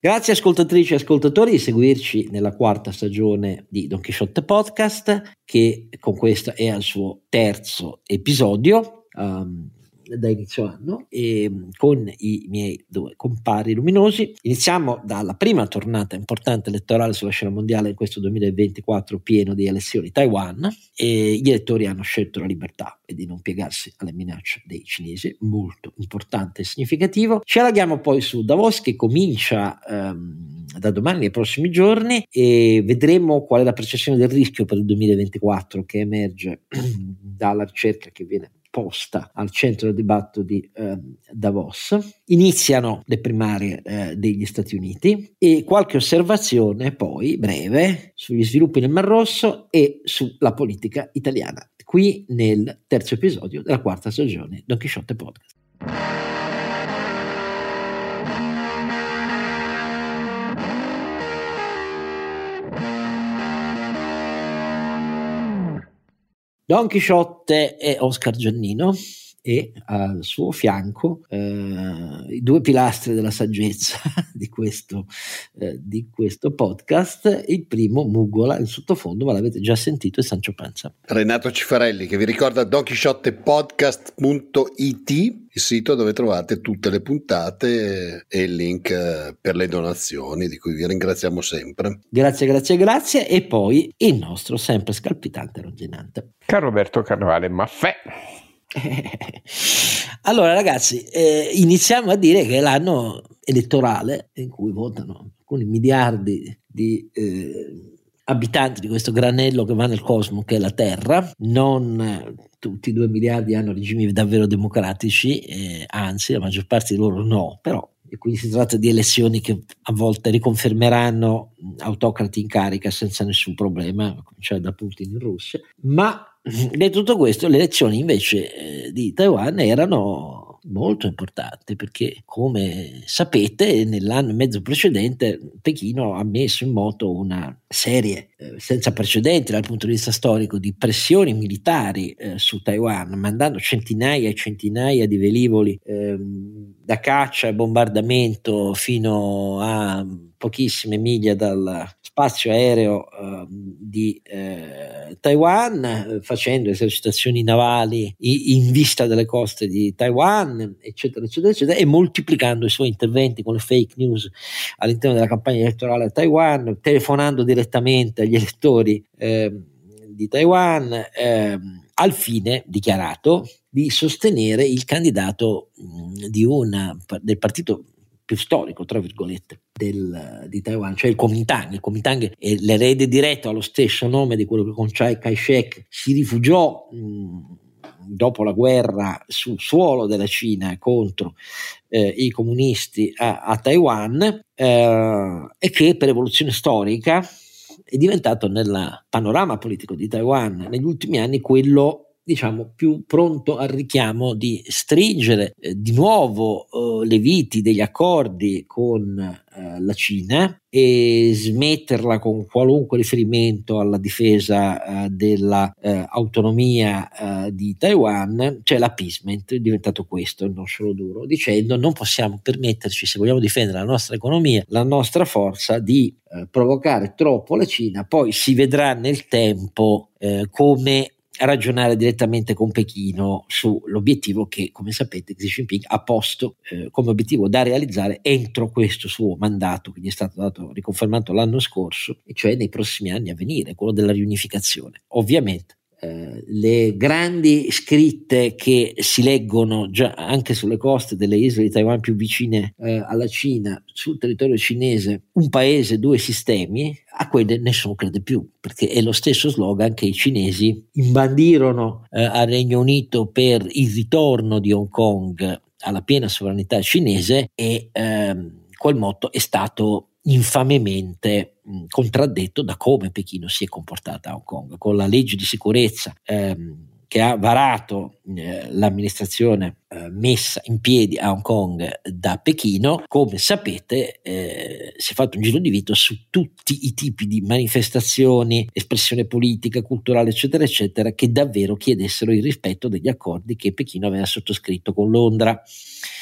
Grazie ascoltatrici e ascoltatori di seguirci nella quarta stagione di Don Chisciotte Podcast, che con questo è al suo terzo episodio da inizio anno, e con i miei due compari luminosi iniziamo dalla prima tornata importante elettorale sulla scena mondiale in questo 2024 pieno di elezioni Taiwan, e gli elettori hanno scelto la libertà e di non piegarsi alle minacce dei cinesi, molto importante e significativo. Ci allarghiamo poi su Davos, che comincia da domani nei prossimi giorni, e vedremo qual è la percezione del rischio per il 2024 che emerge dalla ricerca che viene posta al centro del dibattito di Davos. Iniziano le primarie degli Stati Uniti e qualche osservazione poi breve sugli sviluppi nel Mar Rosso e sulla politica italiana, qui nel terzo episodio della quarta stagione Don Chisciotte Podcast. Don Chisciotte è Oscar Giannino e al suo fianco i due pilastri della saggezza di questo podcast. Il primo, Mugola, in sottofondo, ma l'avete già sentito, è Sancio Panza. Renato Cifarelli, che vi ricorda donchisciottepodcast.it, il sito dove trovate tutte le puntate e il link per le donazioni, di cui vi ringraziamo sempre. Grazie. E poi il nostro sempre scalpitante ronzinante Carroberto Carnevale Maffè. Allora ragazzi, iniziamo a dire che l'anno elettorale in cui votano alcuni miliardi di abitanti di questo granello che va nel cosmo che è la Terra, non tutti i 2 miliardi hanno regimi davvero democratici, anzi la maggior parte di loro no, però, e quindi si tratta di elezioni che a volte riconfermeranno autocrati in carica senza nessun problema, cioè da Putin in Russia. Ma detto tutto questo, le elezioni invece di Taiwan erano molto importanti, perché come sapete nell'anno e mezzo precedente Pechino ha messo in moto una serie senza precedenti dal punto di vista storico di pressioni militari su Taiwan, mandando centinaia e centinaia di velivoli da caccia e bombardamento fino a pochissime miglia dal spazio aereo di Taiwan, facendo esercitazioni navali in vista delle coste di Taiwan, eccetera, e moltiplicando i suoi interventi con le fake news all'interno della campagna elettorale a Taiwan, telefonando direttamente agli elettori di Taiwan, al fine dichiarato di sostenere il candidato del partito più storico, tra virgolette, di Taiwan, cioè il Kuomintang. Il Kuomintang è l'erede diretto allo stesso nome di quello che con Chiang Kai-shek si rifugiò dopo la guerra sul suolo della Cina contro i comunisti a Taiwan, e che per evoluzione storica è diventato nel panorama politico di Taiwan negli ultimi anni quello, diciamo, più pronto al richiamo di stringere di nuovo le viti degli accordi con la Cina e smetterla con qualunque riferimento alla difesa della autonomia di Taiwan. Cioè l'appeasement è diventato questo, il nostro duro, dicendo non possiamo permetterci, se vogliamo difendere la nostra economia, la nostra forza, di provocare troppo la Cina. Poi si vedrà nel tempo come ragionare direttamente con Pechino sull'obiettivo che, come sapete, Xi Jinping ha posto come obiettivo da realizzare entro questo suo mandato che gli è stato dato, riconfermato l'anno scorso, e cioè nei prossimi anni a venire, quello della riunificazione. Ovviamente le grandi scritte che si leggono già anche sulle coste delle isole di Taiwan più vicine alla Cina, sul territorio cinese, un paese, due sistemi, a quelle nessuno crede più, perché è lo stesso slogan che i cinesi imbandirono al Regno Unito per il ritorno di Hong Kong alla piena sovranità cinese, e quel motto è stato infamemente contraddetto da come Pechino si è comportata a Hong Kong, con la legge di sicurezza che ha varato l'amministrazione messa in piedi a Hong Kong da Pechino. Come sapete si è fatto un giro di vito su tutti i tipi di manifestazioni, espressione politica, culturale, eccetera eccetera, che davvero chiedessero il rispetto degli accordi che Pechino aveva sottoscritto con Londra.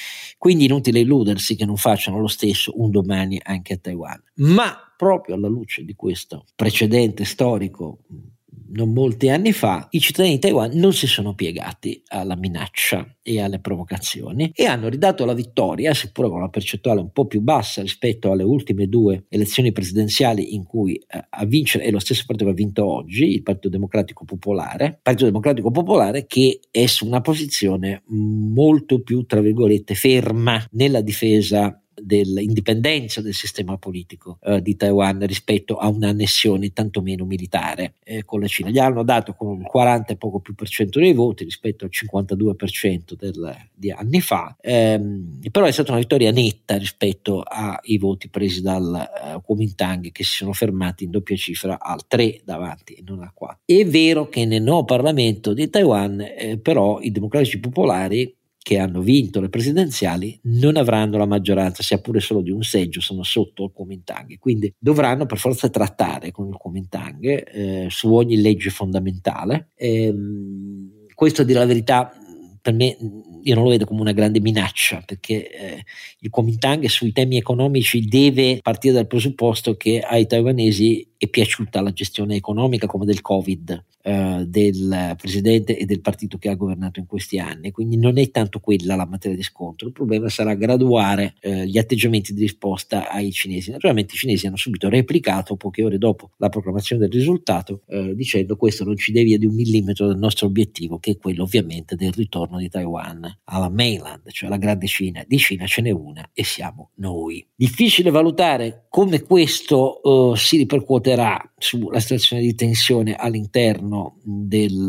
Quindi inutile illudersi che non facciano lo stesso un domani anche a Taiwan. Ma proprio alla luce di questo precedente storico, non molti anni fa, i cittadini di Taiwan non si sono piegati alla minaccia e alle provocazioni e hanno ridato la vittoria, seppure con una percentuale un po' più bassa rispetto alle ultime 2 elezioni presidenziali in cui a vincere è lo stesso partito che ha vinto oggi, il Partito Democratico Popolare, che è su una posizione molto più, tra virgolette, ferma nella difesa dell'indipendenza del sistema politico di Taiwan rispetto a un'annessione tantomeno militare con la Cina. Gli hanno dato con il 40 e poco più per cento dei voti rispetto al 52% di anni fa, però è stata una vittoria netta rispetto ai voti presi dal Kuomintang, che si sono fermati in doppia cifra al 3 davanti e non al 4. È vero che nel nuovo Parlamento di Taiwan però i democratici popolari, che hanno vinto le presidenziali, non avranno la maggioranza, sia pure solo di un seggio, sono sotto il Kuomintang, quindi dovranno per forza trattare con il Kuomintang su ogni legge fondamentale. Questo, a dire la verità, per me io non lo vedo come una grande minaccia, perché il Kuomintang sui temi economici deve partire dal presupposto che ai taiwanesi è piaciuta la gestione economica come del Covid del presidente e del partito che ha governato in questi anni, quindi non è tanto quella la materia di scontro. Il problema sarà graduare gli atteggiamenti di risposta ai cinesi. Naturalmente i cinesi hanno subito replicato poche ore dopo la proclamazione del risultato dicendo: questo non ci devia di 1 millimetro dal nostro obiettivo, che è quello ovviamente del ritorno di Taiwan alla mainland, cioè alla grande Cina. Di Cina ce n'è una e siamo noi. Difficile valutare come questo si ripercuoterà sulla situazione di tensione all'interno del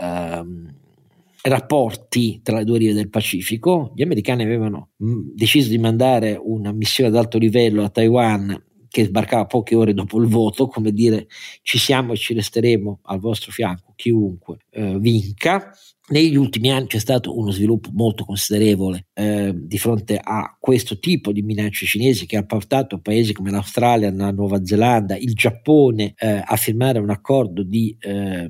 rapporti tra le 2 rive del Pacifico. Gli americani avevano deciso di mandare una missione ad alto livello a Taiwan che sbarcava poche ore dopo il voto, come dire: ci siamo e ci resteremo al vostro fianco chiunque vinca. Negli ultimi anni c'è stato uno sviluppo molto considerevole di fronte a questo tipo di minacce cinesi, che ha portato paesi come l'Australia, la Nuova Zelanda, il Giappone a firmare un accordo di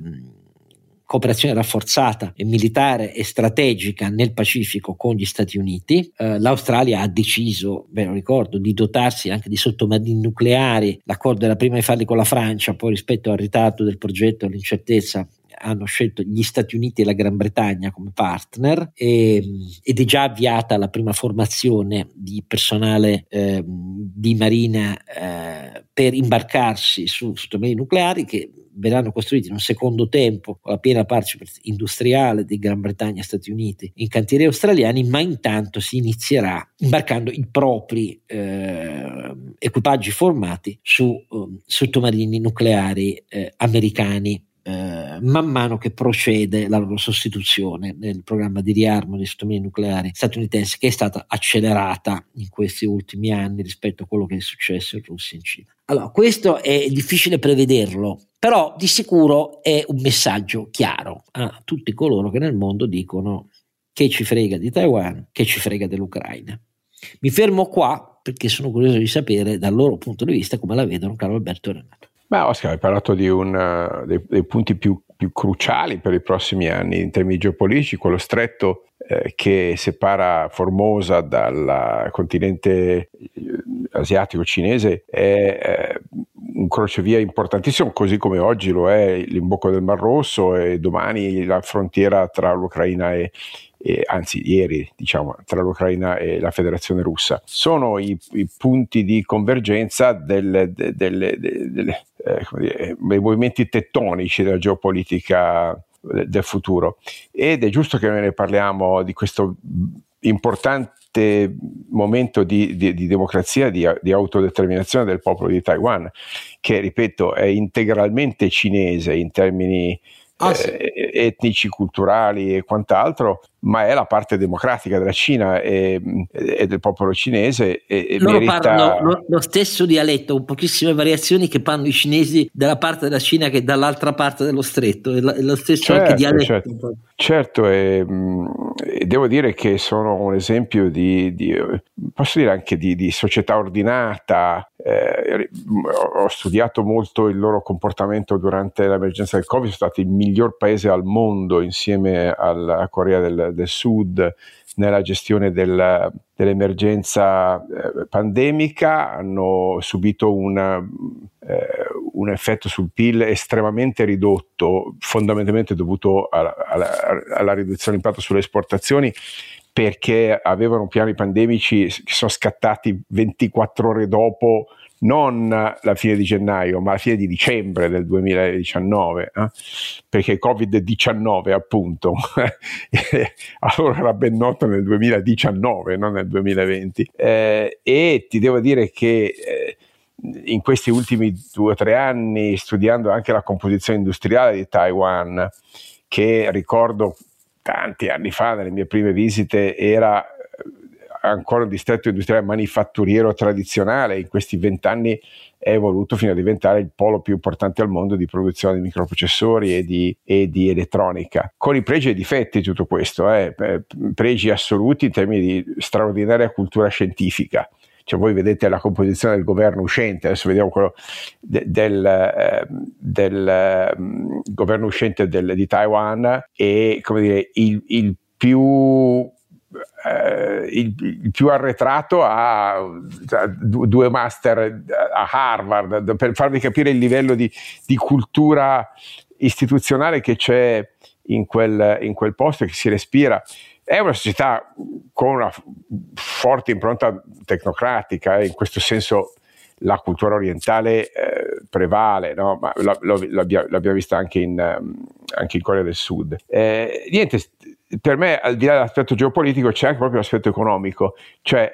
cooperazione rafforzata e militare e strategica nel Pacifico con gli Stati Uniti. L'Australia ha deciso, lo ricordo, di dotarsi anche di sottomarini nucleari. L'accordo era prima di farli con la Francia, poi rispetto al ritardo del progetto e all'incertezza hanno scelto gli Stati Uniti e la Gran Bretagna come partner, ed è già avviata la prima formazione di personale di marina per imbarcarsi su sottomarini nucleari, che verranno costruiti in un secondo tempo con la piena partecipazione industriale di Gran Bretagna e Stati Uniti in cantieri australiani, ma intanto si inizierà imbarcando i propri equipaggi formati su sottomarini nucleari americani man mano che procede la loro sostituzione nel programma di riarmo dei sottomarini nucleari statunitensi, che è stata accelerata in questi ultimi anni rispetto a quello che è successo in Russia e in Cina. Allora, questo è difficile prevederlo, però di sicuro è un messaggio chiaro a tutti coloro che nel mondo dicono: che ci frega di Taiwan, che ci frega dell'Ucraina. Mi fermo qua perché sono curioso di sapere dal loro punto di vista come la vedono Carlo Alberto e Renato. Oscar, hai parlato di dei punti più cruciali per i prossimi anni in termini geopolitici. Quello stretto che separa Formosa dal continente asiatico cinese è un crocevia importantissimo, così come oggi lo è l'imbocco del Mar Rosso e domani la frontiera tra l'Ucraina e anzi ieri tra l'Ucraina e la Federazione Russa. Sono i punti di convergenza dei movimenti tettonici della geopolitica del futuro, ed è giusto che noi ne parliamo di questo importante momento di democrazia, di autodeterminazione del popolo di Taiwan, che, ripeto, è integralmente cinese in termini etnici, culturali e quant'altro, ma è la parte democratica della Cina e del popolo cinese, e loro merita... parlano lo stesso dialetto, con pochissime variazioni, che parlano i cinesi della parte della Cina che dall'altra parte dello stretto, è lo stesso anche dialetto. Certo, e devo dire che sono un esempio posso dire anche di società ordinata. Ho studiato molto il loro comportamento durante l'emergenza del Covid. Sono stati il miglior paese al mondo insieme alla Corea del del Sud nella gestione dell'emergenza pandemica, hanno subito un effetto sul PIL estremamente ridotto, fondamentalmente dovuto alla riduzione dell'impatto sulle esportazioni, perché avevano piani pandemici che sono scattati 24 ore dopo, non la fine di gennaio, ma la fine di dicembre del 2019, perché Covid-19 appunto allora era ben noto nel 2019, non nel 2020, e ti devo dire che in questi ultimi 2 o 3 anni, studiando anche la composizione industriale di Taiwan, che ricordo tanti anni fa nelle mie prime visite era ancora un distretto industriale manifatturiero tradizionale, in questi 20 anni è evoluto fino a diventare il polo più importante al mondo di produzione di microprocessori e di elettronica, con i pregi e i difetti di tutto questo, pregi assoluti in termini di straordinaria cultura scientifica. Cioè, voi vedete la composizione del governo uscente, adesso vediamo quello del governo uscente di Taiwan, e come dire il più arretrato ha 2 master a Harvard, per farvi capire il livello di cultura istituzionale che c'è in quel posto, che si respira. È una società con una forte impronta tecnocratica, in questo senso la cultura orientale prevale, no? Ma l'abbiamo vista anche in Corea del Sud. Niente, per me, al di là dell'aspetto geopolitico, c'è anche proprio l'aspetto economico, cioè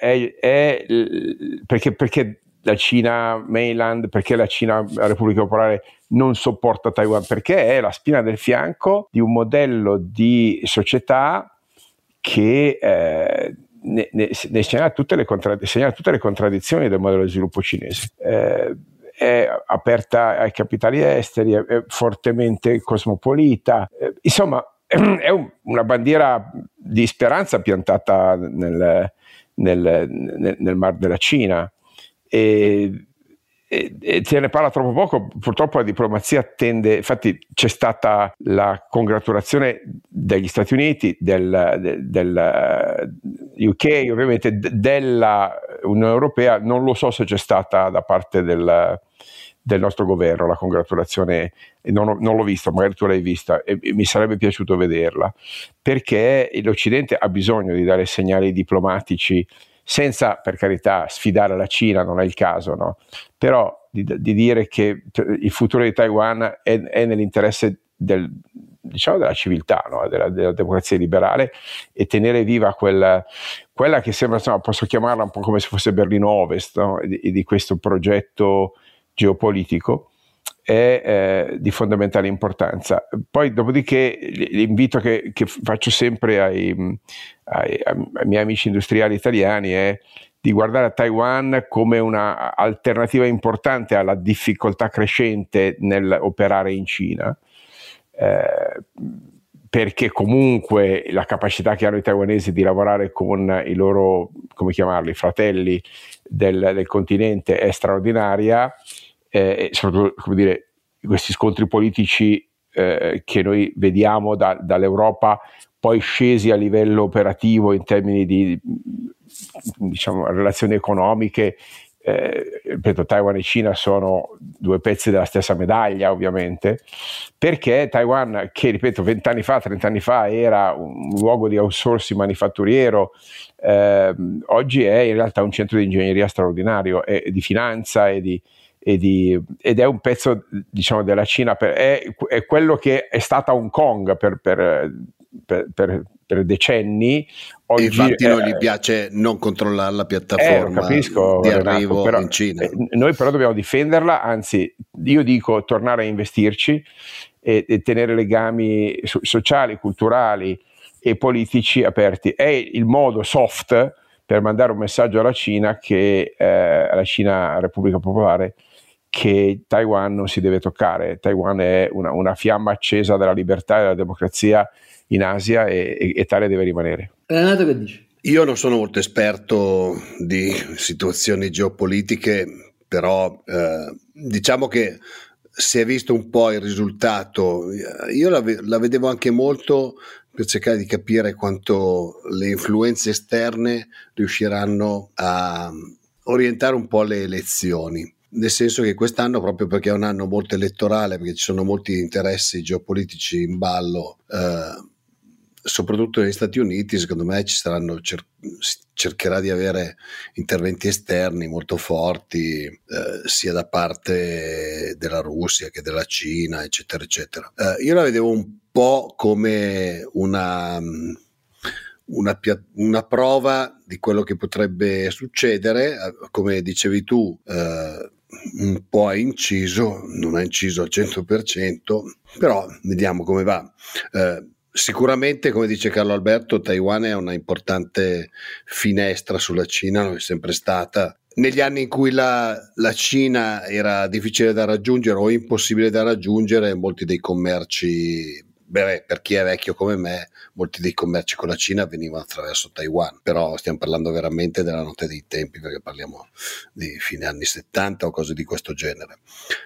perché la Cina mainland, perché la Cina, la Repubblica Popolare, non sopporta Taiwan, perché è la spina del fianco di un modello di società che ne segnala tutte le contraddizioni del modello di sviluppo cinese. È aperta ai capitali esteri, è fortemente cosmopolita, insomma è una bandiera di speranza piantata nel Mar della Cina, e se ne parla troppo poco. Purtroppo la diplomazia tende, infatti c'è stata la congratulazione degli Stati Uniti, del UK, ovviamente della Unione Europea, non lo so se c'è stata da parte del nostro governo la congratulazione, non l'ho vista, magari tu l'hai vista, e mi sarebbe piaciuto vederla, perché l'Occidente ha bisogno di dare segnali diplomatici, senza, per carità, sfidare la Cina, non è il caso, no? Però di dire che il futuro di Taiwan è nell'interesse della civiltà, no? della democrazia liberale, e tenere viva quella che sembra, insomma, posso chiamarla un po' come se fosse Berlino Ovest, no? di questo progetto geopolitico, è di fondamentale importanza. Poi, dopodiché, l'invito che faccio sempre ai miei amici industriali italiani è di guardare a Taiwan come una alternativa importante alla difficoltà crescente nell'operare in Cina, perché comunque la capacità che hanno i taiwanesi di lavorare con i loro, come chiamarli, fratelli del continente è straordinaria. Soprattutto, come dire, questi scontri politici che noi vediamo dall'Europa, poi scesi a livello operativo in termini di, diciamo, relazioni economiche. Ripeto, Taiwan e Cina sono 2 pezzi della stessa medaglia, ovviamente, perché Taiwan, che ripeto 20 anni fa, 30 anni fa era un luogo di outsourcing manifatturiero, oggi è in realtà un centro di ingegneria straordinario, di finanza ed è un pezzo, diciamo, della Cina, è quello che è stata Hong Kong per decenni. Oggi, infatti non gli piace non controllare la piattaforma capisco, di Renato, arrivo però, in Cina. Noi però dobbiamo difenderla, anzi io dico tornare a investirci e tenere legami sociali, culturali e politici aperti. È il modo soft per mandare un messaggio alla Cina, alla Cina Repubblica Popolare, che Taiwan non si deve toccare. Taiwan è una fiamma accesa della libertà e della democrazia in Asia, e tale deve rimanere. Renato, che dici? Io non sono molto esperto di situazioni geopolitiche, però diciamo che si è visto un po' il risultato. Io la vedevo anche molto per cercare di capire quanto le influenze esterne riusciranno a orientare un po' le elezioni. Nel senso che quest'anno, proprio perché è un anno molto elettorale, perché ci sono molti interessi geopolitici in ballo, soprattutto negli Stati Uniti, secondo me cercherà di avere interventi esterni molto forti, sia da parte della Russia che della Cina, eccetera, eccetera. Io la vedevo un po' come una prova di quello che potrebbe succedere. Come dicevi tu, un po' ha inciso, non ha inciso al 100%, però vediamo come va. Sicuramente, come dice Carlo Alberto, Taiwan è una importante finestra sulla Cina, lo è sempre stata. Negli anni in cui la Cina era difficile da raggiungere o impossibile da raggiungere, molti dei commerci, per chi è vecchio come me, molti dei commerci con la Cina venivano attraverso Taiwan, però stiamo parlando veramente della notte dei tempi, perché parliamo di fine anni 70 o cose di questo genere.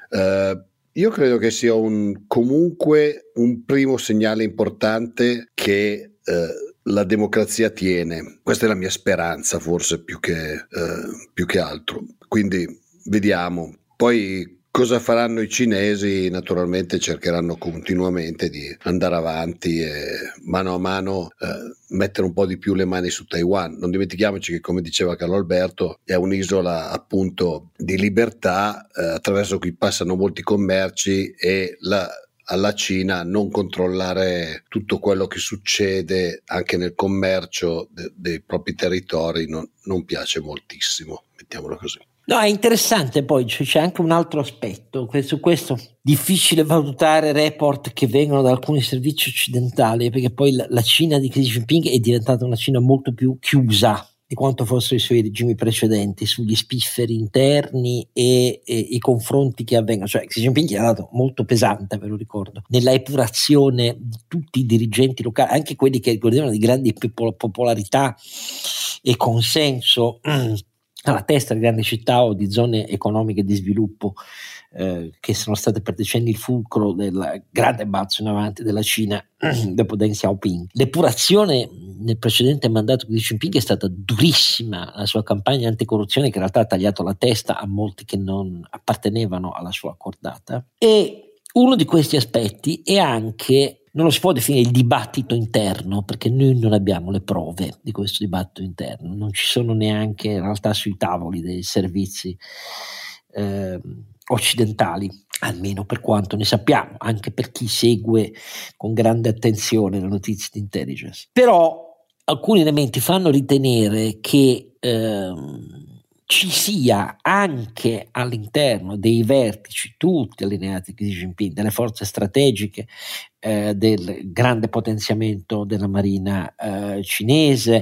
Io credo che sia comunque un primo segnale importante che la democrazia tiene. Questa è la mia speranza, forse più che altro. Quindi vediamo. Poi cosa faranno i cinesi? Naturalmente cercheranno continuamente di andare avanti e mano a mano mettere un po' di più le mani su Taiwan. Non dimentichiamoci che, come diceva Carlo Alberto, è un'isola appunto di libertà, attraverso cui passano molti commerci, e alla Cina non controllare tutto quello che succede anche nel commercio dei propri territori non piace moltissimo, mettiamolo così. No, è interessante, poi c'è anche un altro aspetto, su questo difficile valutare report che vengono da alcuni servizi occidentali, perché poi la Cina di Xi Jinping è diventata una Cina molto più chiusa di quanto fossero i suoi regimi precedenti sugli spifferi interni e i confronti che avvengono. Cioè Xi Jinping è andato molto pesante, ve lo ricordo, nella epurazione di tutti i dirigenti locali, anche quelli che godevano di grandi popolarità e consenso alla testa di grandi città o di zone economiche di sviluppo, che sono state per decenni il fulcro del grande balzo in avanti della Cina dopo Deng Xiaoping. L'epurazione nel precedente mandato di Xi Jinping è stata durissima, la sua campagna anticorruzione, che in realtà ha tagliato la testa a molti che non appartenevano alla sua cordata. E uno di questi aspetti è anche, non lo si può definire il dibattito interno, perché noi non abbiamo le prove di questo dibattito interno, non ci sono neanche in realtà sui tavoli dei servizi occidentali, almeno per quanto ne sappiamo, anche per chi segue con grande attenzione le notizie di intelligence. Però alcuni elementi fanno ritenere che ci sia anche all'interno dei vertici tutti allineati di Xi Jinping, delle forze strategiche, del grande potenziamento della marina cinese,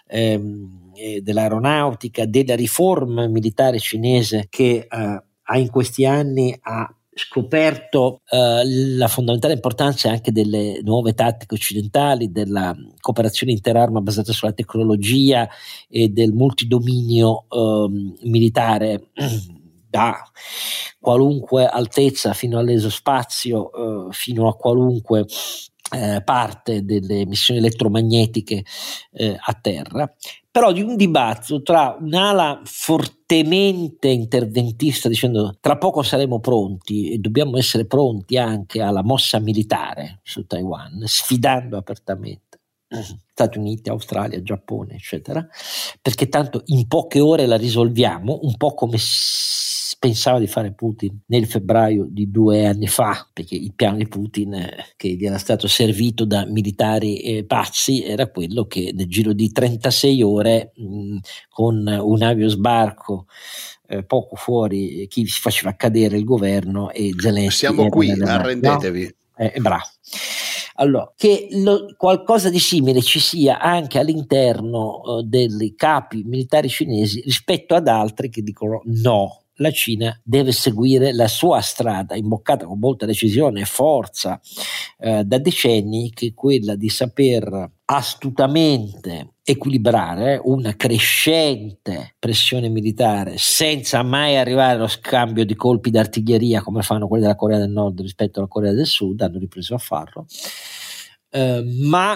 dell'aeronautica, della riforma militare cinese che ha in questi anni scoperto la fondamentale importanza anche delle nuove tattiche occidentali, della cooperazione interarma basata sulla tecnologia e del multidominio militare da qualunque altezza fino all'esospazio, fino a qualunque parte delle missioni elettromagnetiche a terra, però di un dibattito tra un'ala fortemente interventista dicendo tra poco saremo pronti e dobbiamo essere pronti anche alla mossa militare su Taiwan, sfidando apertamente Stati Uniti, Australia, Giappone, eccetera, perché tanto in poche ore la risolviamo, un po' come pensava di fare Putin nel febbraio di 2 anni fa, perché il piano di Putin, che gli era stato servito da militari pazzi, era quello che nel giro di 36 ore con un aviosbarco poco fuori chi si faceva cadere il governo e Zelensky siamo qui, arrendetevi. Bravo. Allora, che qualcosa di simile ci sia anche all'interno dei capi militari cinesi rispetto ad altri che dicono no, la Cina deve seguire la sua strada, imboccata con molta decisione e forza da decenni, che è quella di saper astutamente equilibrare una crescente pressione militare senza mai arrivare allo scambio di colpi d'artiglieria come fanno quelli della Corea del Nord rispetto alla Corea del Sud, hanno ripreso a farlo, ma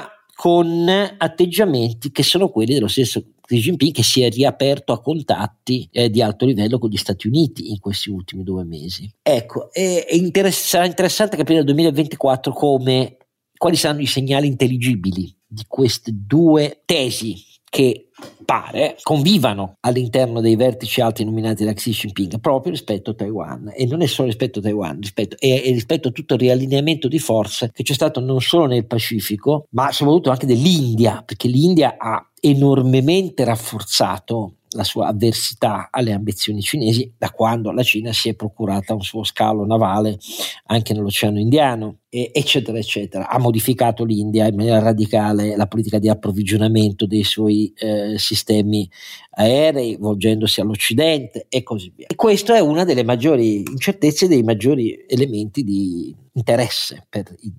con atteggiamenti che sono quelli dello stesso Xi Jinping, che si è riaperto a contatti di alto livello con gli Stati Uniti in questi ultimi 2 mesi. Ecco, sarà interessante capire nel 2024 quali saranno i segnali intelligibili di queste due tesi che pare convivano all'interno dei vertici alti nominati da Xi Jinping proprio rispetto a Taiwan. E non è solo rispetto a Taiwan, rispetto a tutto il riallineamento di forze che c'è stato non solo nel Pacifico, ma soprattutto anche dell'India, perché l'India ha enormemente rafforzato la sua avversità alle ambizioni cinesi da quando la Cina si è procurata un suo scalo navale anche nell'Oceano Indiano, eccetera eccetera. Ha modificato l'India in maniera radicale la politica di approvvigionamento dei suoi sistemi aerei, volgendosi all'Occidente e così via. E questo è una delle maggiori incertezze, dei maggiori elementi di interesse per il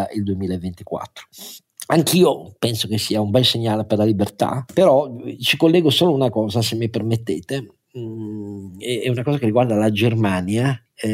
2024. Anch'io penso che sia un bel segnale per la libertà, però ci collego solo una cosa, se mi permettete, è una cosa che riguarda la Germania,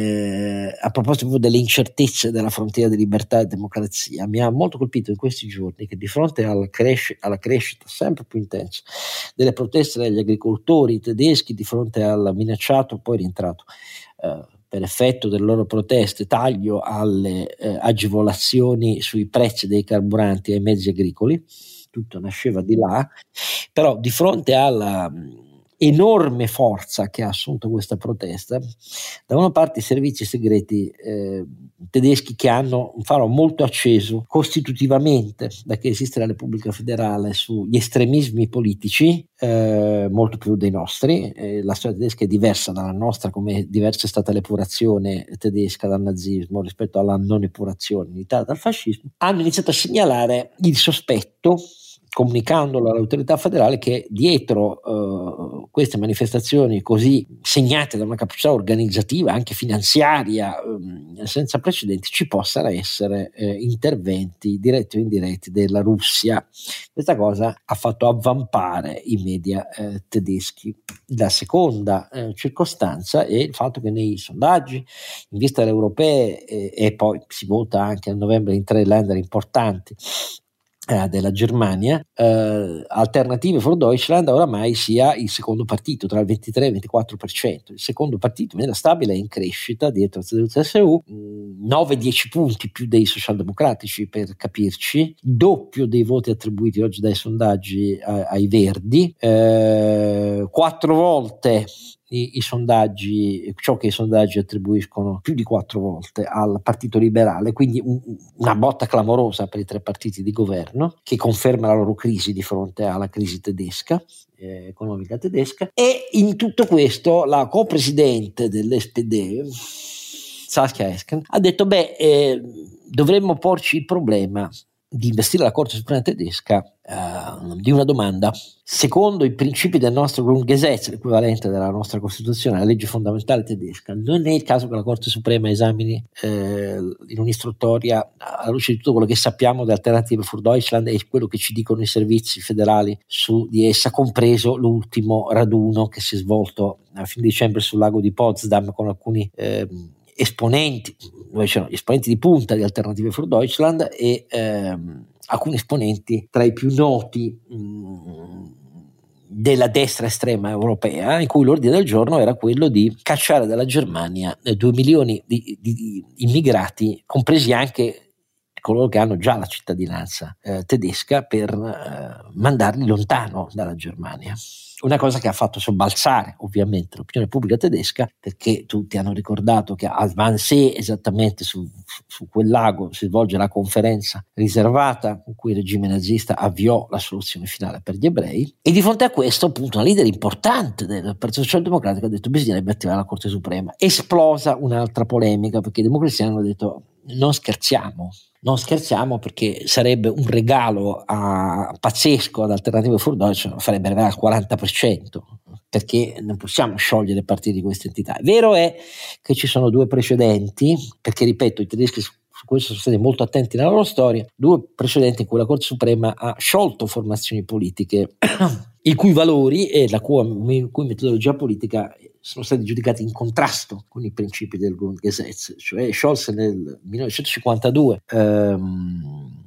a proposito proprio delle incertezze della frontiera di libertà e democrazia. Mi ha molto colpito in questi giorni che di fronte alla crescita sempre più intensa delle proteste degli agricoltori tedeschi di fronte al minacciato, poi rientrato per effetto delle loro proteste, taglio alle agevolazioni sui prezzi dei carburanti ai mezzi agricoli, tutto nasceva di là, però di fronte alla enorme forza che ha assunto questa protesta, da una parte i servizi segreti tedeschi, che hanno un faro molto acceso costitutivamente da che esiste la Repubblica Federale sugli estremismi politici, molto più dei nostri. La storia tedesca è diversa dalla nostra, come diversa è stata l'epurazione tedesca dal nazismo rispetto alla non epurazione in Italia dal fascismo. Hanno iniziato a segnalare il sospetto, comunicandolo all'autorità federale, che dietro queste manifestazioni così segnate da una capacità organizzativa, anche finanziaria, senza precedenti, ci possano essere interventi diretti o indiretti della Russia. Questa cosa ha fatto avvampare i media tedeschi. La seconda circostanza è il fatto che nei sondaggi, in vista delle europee, e poi si vota anche a novembre in 3 länder importanti della Germania, Alternative für Deutschland oramai sia il secondo partito tra il 23 e il 24%, il secondo partito in maniera stabile è in crescita dietro CDU-CSU, 9-10 punti più dei socialdemocratici, per capirci, doppio dei voti attribuiti oggi dai sondaggi ai Verdi, 4 volte i sondaggi, ciò che i sondaggi attribuiscono più di 4 volte al Partito Liberale, quindi una botta clamorosa per i 3 partiti di governo, che conferma la loro crisi di fronte alla crisi tedesca, economica tedesca. E in tutto questo la co-presidente dell'SPD, Saskia Esken, ha detto dovremmo porci il problema di investire la Corte Suprema tedesca di una domanda. Secondo i principi del nostro Grundgesetz, l'equivalente della nostra Costituzione, la legge fondamentale tedesca, non è il caso che la Corte Suprema esamini in un'istruttoria, alla luce di tutto quello che sappiamo di Alternative für Deutschland e quello che ci dicono i servizi federali su di essa, compreso l'ultimo raduno che si è svolto a fine dicembre sul lago di Potsdam con alcuni esponenti, dove c'erano gli esponenti di punta di Alternative für Deutschland e alcuni esponenti tra i più noti della destra estrema europea, in cui l'ordine del giorno era quello di cacciare dalla Germania 2 milioni di immigrati, compresi anche coloro che hanno già la cittadinanza tedesca, per mandarli lontano dalla Germania. Una cosa che ha fatto sobbalzare ovviamente l'opinione pubblica tedesca, perché tutti hanno ricordato che a Wannsee, esattamente su quel lago, si svolge la conferenza riservata con cui il regime nazista avviò la soluzione finale per gli ebrei, e di fronte a questo appunto una leader importante del Partito Socialdemocratico ha detto bisognerebbe attivare la Corte Suprema. Esplosa un'altra polemica, perché i democristiani hanno detto non scherziamo, perché sarebbe un regalo pazzesco ad Alternative für Deutschland, farebbe arrivare al 40%, perché non possiamo sciogliere partiti di questa entità. Vero è che ci sono 2 precedenti, perché ripeto, i tedeschi su questo sono stati molto attenti nella loro storia, 2 precedenti in cui la Corte Suprema ha sciolto formazioni politiche i cui valori e la cui metodologia politica sono stati giudicati in contrasto con i principi del Grundgesetz. Cioè sciolse nel 1952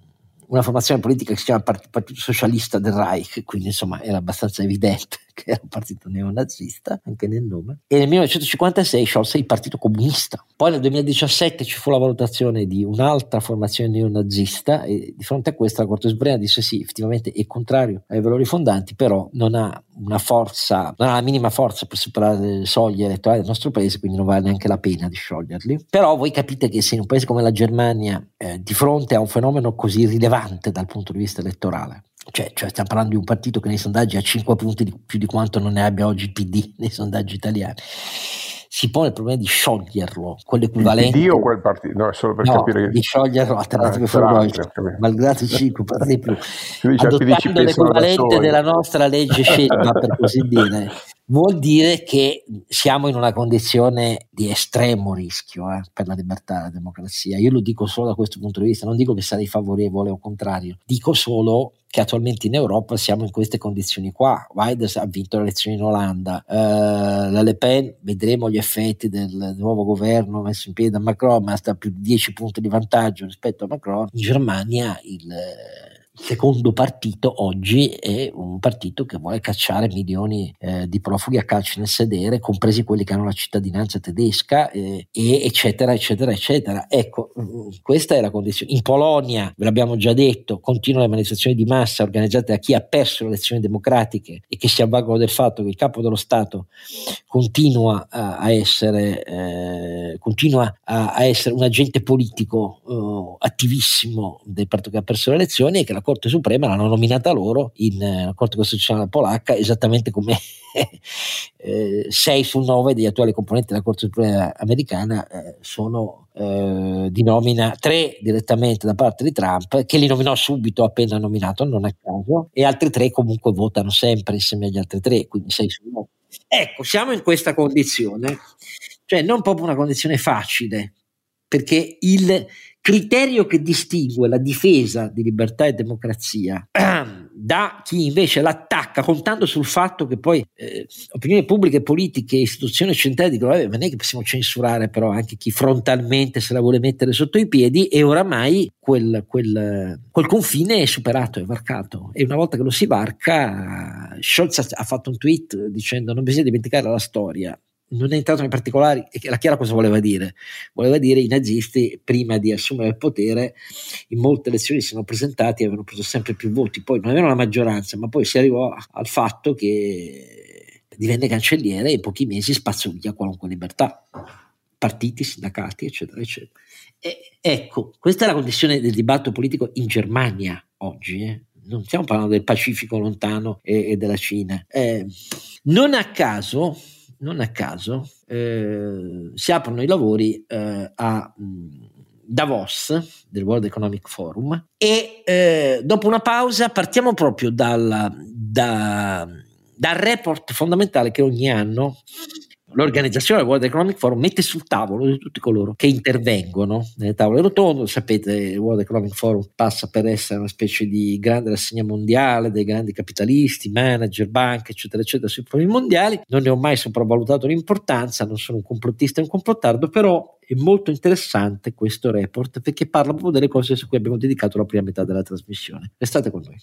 una formazione politica che si chiama Partito Socialista del Reich, quindi insomma era abbastanza evidente che era un partito neonazista anche nel nome, e nel 1956 sciolse il Partito Comunista. Poi nel 2017 ci fu la valutazione di un'altra formazione neonazista e di fronte a questa la Corte Suprema disse sì, effettivamente è contrario ai valori fondanti, però non ha una forza, non ha la minima forza per superare le soglie elettorali del nostro paese, quindi non vale neanche la pena di scioglierli. Però voi capite che se in un paese come la Germania di fronte a un fenomeno così rilevante dal punto di vista elettorale, cioè stiamo parlando di un partito che nei sondaggi ha 5 punti più di quanto non ne abbia oggi il PD nei sondaggi italiani, si pone il problema di scioglierlo, quell'equivalente. Il PD o quel partito? No, solo per capire di scioglierlo Alternative for Deutschland, malgrado i 5 partiti più, adottando l'equivalente della nostra legge Scelba, per così dire. Vuol dire che siamo in una condizione di estremo rischio per la libertà e la democrazia. Io lo dico solo da questo punto di vista, non dico che sarei favorevole o contrario, dico solo che attualmente in Europa siamo in queste condizioni qua. Wilders ha vinto le elezioni in Olanda, la Le Pen, vedremo gli effetti del nuovo governo messo in piedi da Macron, ma sta più di 10 punti di vantaggio rispetto a Macron. In Germania il secondo partito oggi è un partito che vuole cacciare milioni di profughi a calci nel sedere, compresi quelli che hanno la cittadinanza tedesca, e eccetera eccetera eccetera. Ecco, questa è la condizione. In Polonia, ve l'abbiamo già detto, continuano le manifestazioni di massa organizzate da chi ha perso le elezioni democratiche e che si avvalgono del fatto che il capo dello Stato continua a essere un agente politico attivissimo del partito che ha perso le elezioni, e che la Corte Suprema l'hanno nominata loro in Corte Costituzionale polacca, esattamente come 6 su 9 degli attuali componenti della Corte Suprema americana sono di nomina, 3 direttamente da parte di Trump, che li nominò subito appena nominato, non a caso, e altri 3 comunque votano sempre insieme agli altri 3, quindi 6 su 9. Ecco, siamo in questa condizione, cioè non proprio una condizione facile, perché il criterio che distingue la difesa di libertà e democrazia da chi invece l'attacca, contando sul fatto che poi opinioni pubbliche, politiche, istituzioni centrali dicono ma non è che possiamo censurare però anche chi frontalmente se la vuole mettere sotto i piedi, e oramai quel confine è superato, è varcato, e una volta che lo si varca, Scholz ha fatto un tweet dicendo non bisogna dimenticare la storia. Non è entrato nei particolari, e era chiaro cosa voleva dire. Voleva dire i nazisti prima di assumere il potere in molte elezioni si sono presentati e avevano preso sempre più voti, poi non avevano la maggioranza, ma poi si arrivò al fatto che divenne cancelliere e in pochi mesi spazzò via qualunque libertà, partiti, sindacati eccetera eccetera. Ecco, questa è la condizione del dibattito politico in Germania oggi, non stiamo parlando del Pacifico lontano e della Cina. Non a caso si aprono i lavori a Davos del World Economic Forum, e dopo una pausa partiamo proprio dal report fondamentale che ogni anno l'organizzazione del World Economic Forum mette sul tavolo di tutti coloro che intervengono nelle tavole rotonde. Sapete, il World Economic Forum passa per essere una specie di grande rassegna mondiale dei grandi capitalisti, manager, banche eccetera eccetera sui problemi mondiali. Non ne ho mai sopravvalutato l'importanza, non sono un complottista e un complottardo, però è molto interessante questo report perché parla proprio delle cose su cui abbiamo dedicato la prima metà della trasmissione. Restate con noi.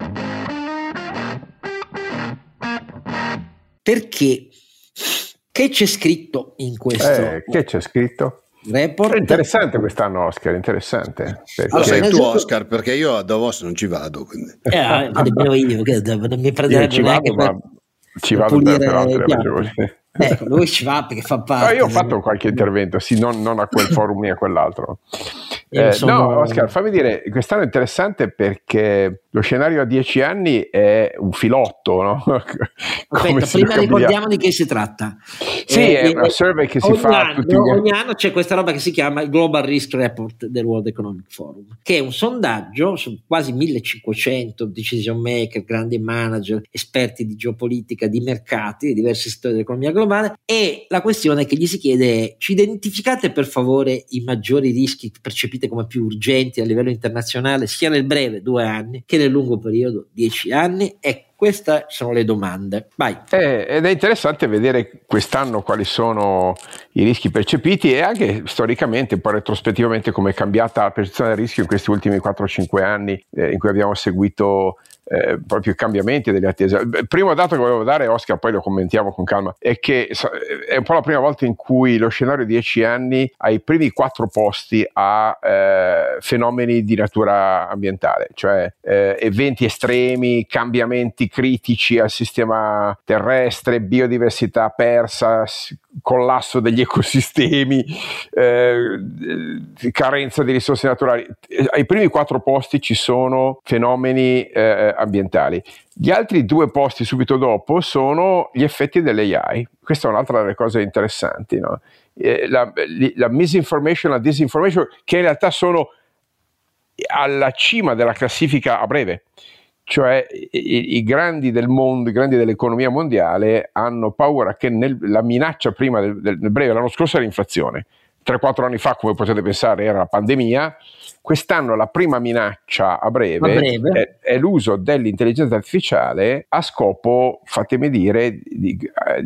Perché che c'è scritto in questo? Che c'è scritto? Report. È interessante quest'anno, Oscar, interessante. Allora, sei tu, Oscar, perché io a Davos non ci vado. Quindi. Nemmeno io, che non mi prenderebbe neanche per ci vado per altre ragioni. Ecco, lui ci va perché fa parte. Io ho fatto qualche intervento, sì, non a quel forum né a quell'altro. No, Oscar, fammi dire, quest'anno è interessante perché lo scenario a 10 anni è un filotto, no? Aspetta, prima ricordiamo di che si tratta. Sì, è una survey che si fa ogni anno c'è questa roba che si chiama il Global Risk Report del World Economic Forum, che è un sondaggio su quasi 1500 decision maker, grandi manager, esperti di geopolitica, di mercati, di diversi settori dell'economia globale, e la questione che gli si chiede è: ci identificate per favore i maggiori rischi percepite come più urgenti a livello internazionale sia nel breve 2 anni che nel lungo periodo 10 anni? Ecco, Queste sono le domande. Vai. Ed è interessante vedere quest'anno quali sono i rischi percepiti e anche storicamente, un po' retrospettivamente, come è cambiata la percezione del rischio in questi ultimi 4-5 anni in cui abbiamo seguito proprio i cambiamenti delle attese. Il primo dato che volevo dare, Oscar, poi lo commentiamo con calma, è che è un po' la prima volta in cui lo scenario 10 anni ha i primi 4 posti a fenomeni di natura ambientale, cioè eventi estremi, cambiamenti critici al sistema terrestre, biodiversità persa, collasso degli ecosistemi, carenza di risorse naturali. Ai primi 4 posti ci sono fenomeni ambientali. Gli altri 2 posti subito dopo sono gli effetti dell'AI. Questa è un'altra delle cose interessanti, no? La misinformation, la disinformation, che in realtà sono alla cima della classifica a breve. Cioè i grandi del mondo, i grandi dell'economia mondiale hanno paura che la minaccia prima nel breve, l'anno scorso era l'inflazione, 3-4 anni fa, come potete pensare, era la pandemia. Quest'anno la prima minaccia a breve. È l'uso dell'intelligenza artificiale a scopo, fatemi dire, di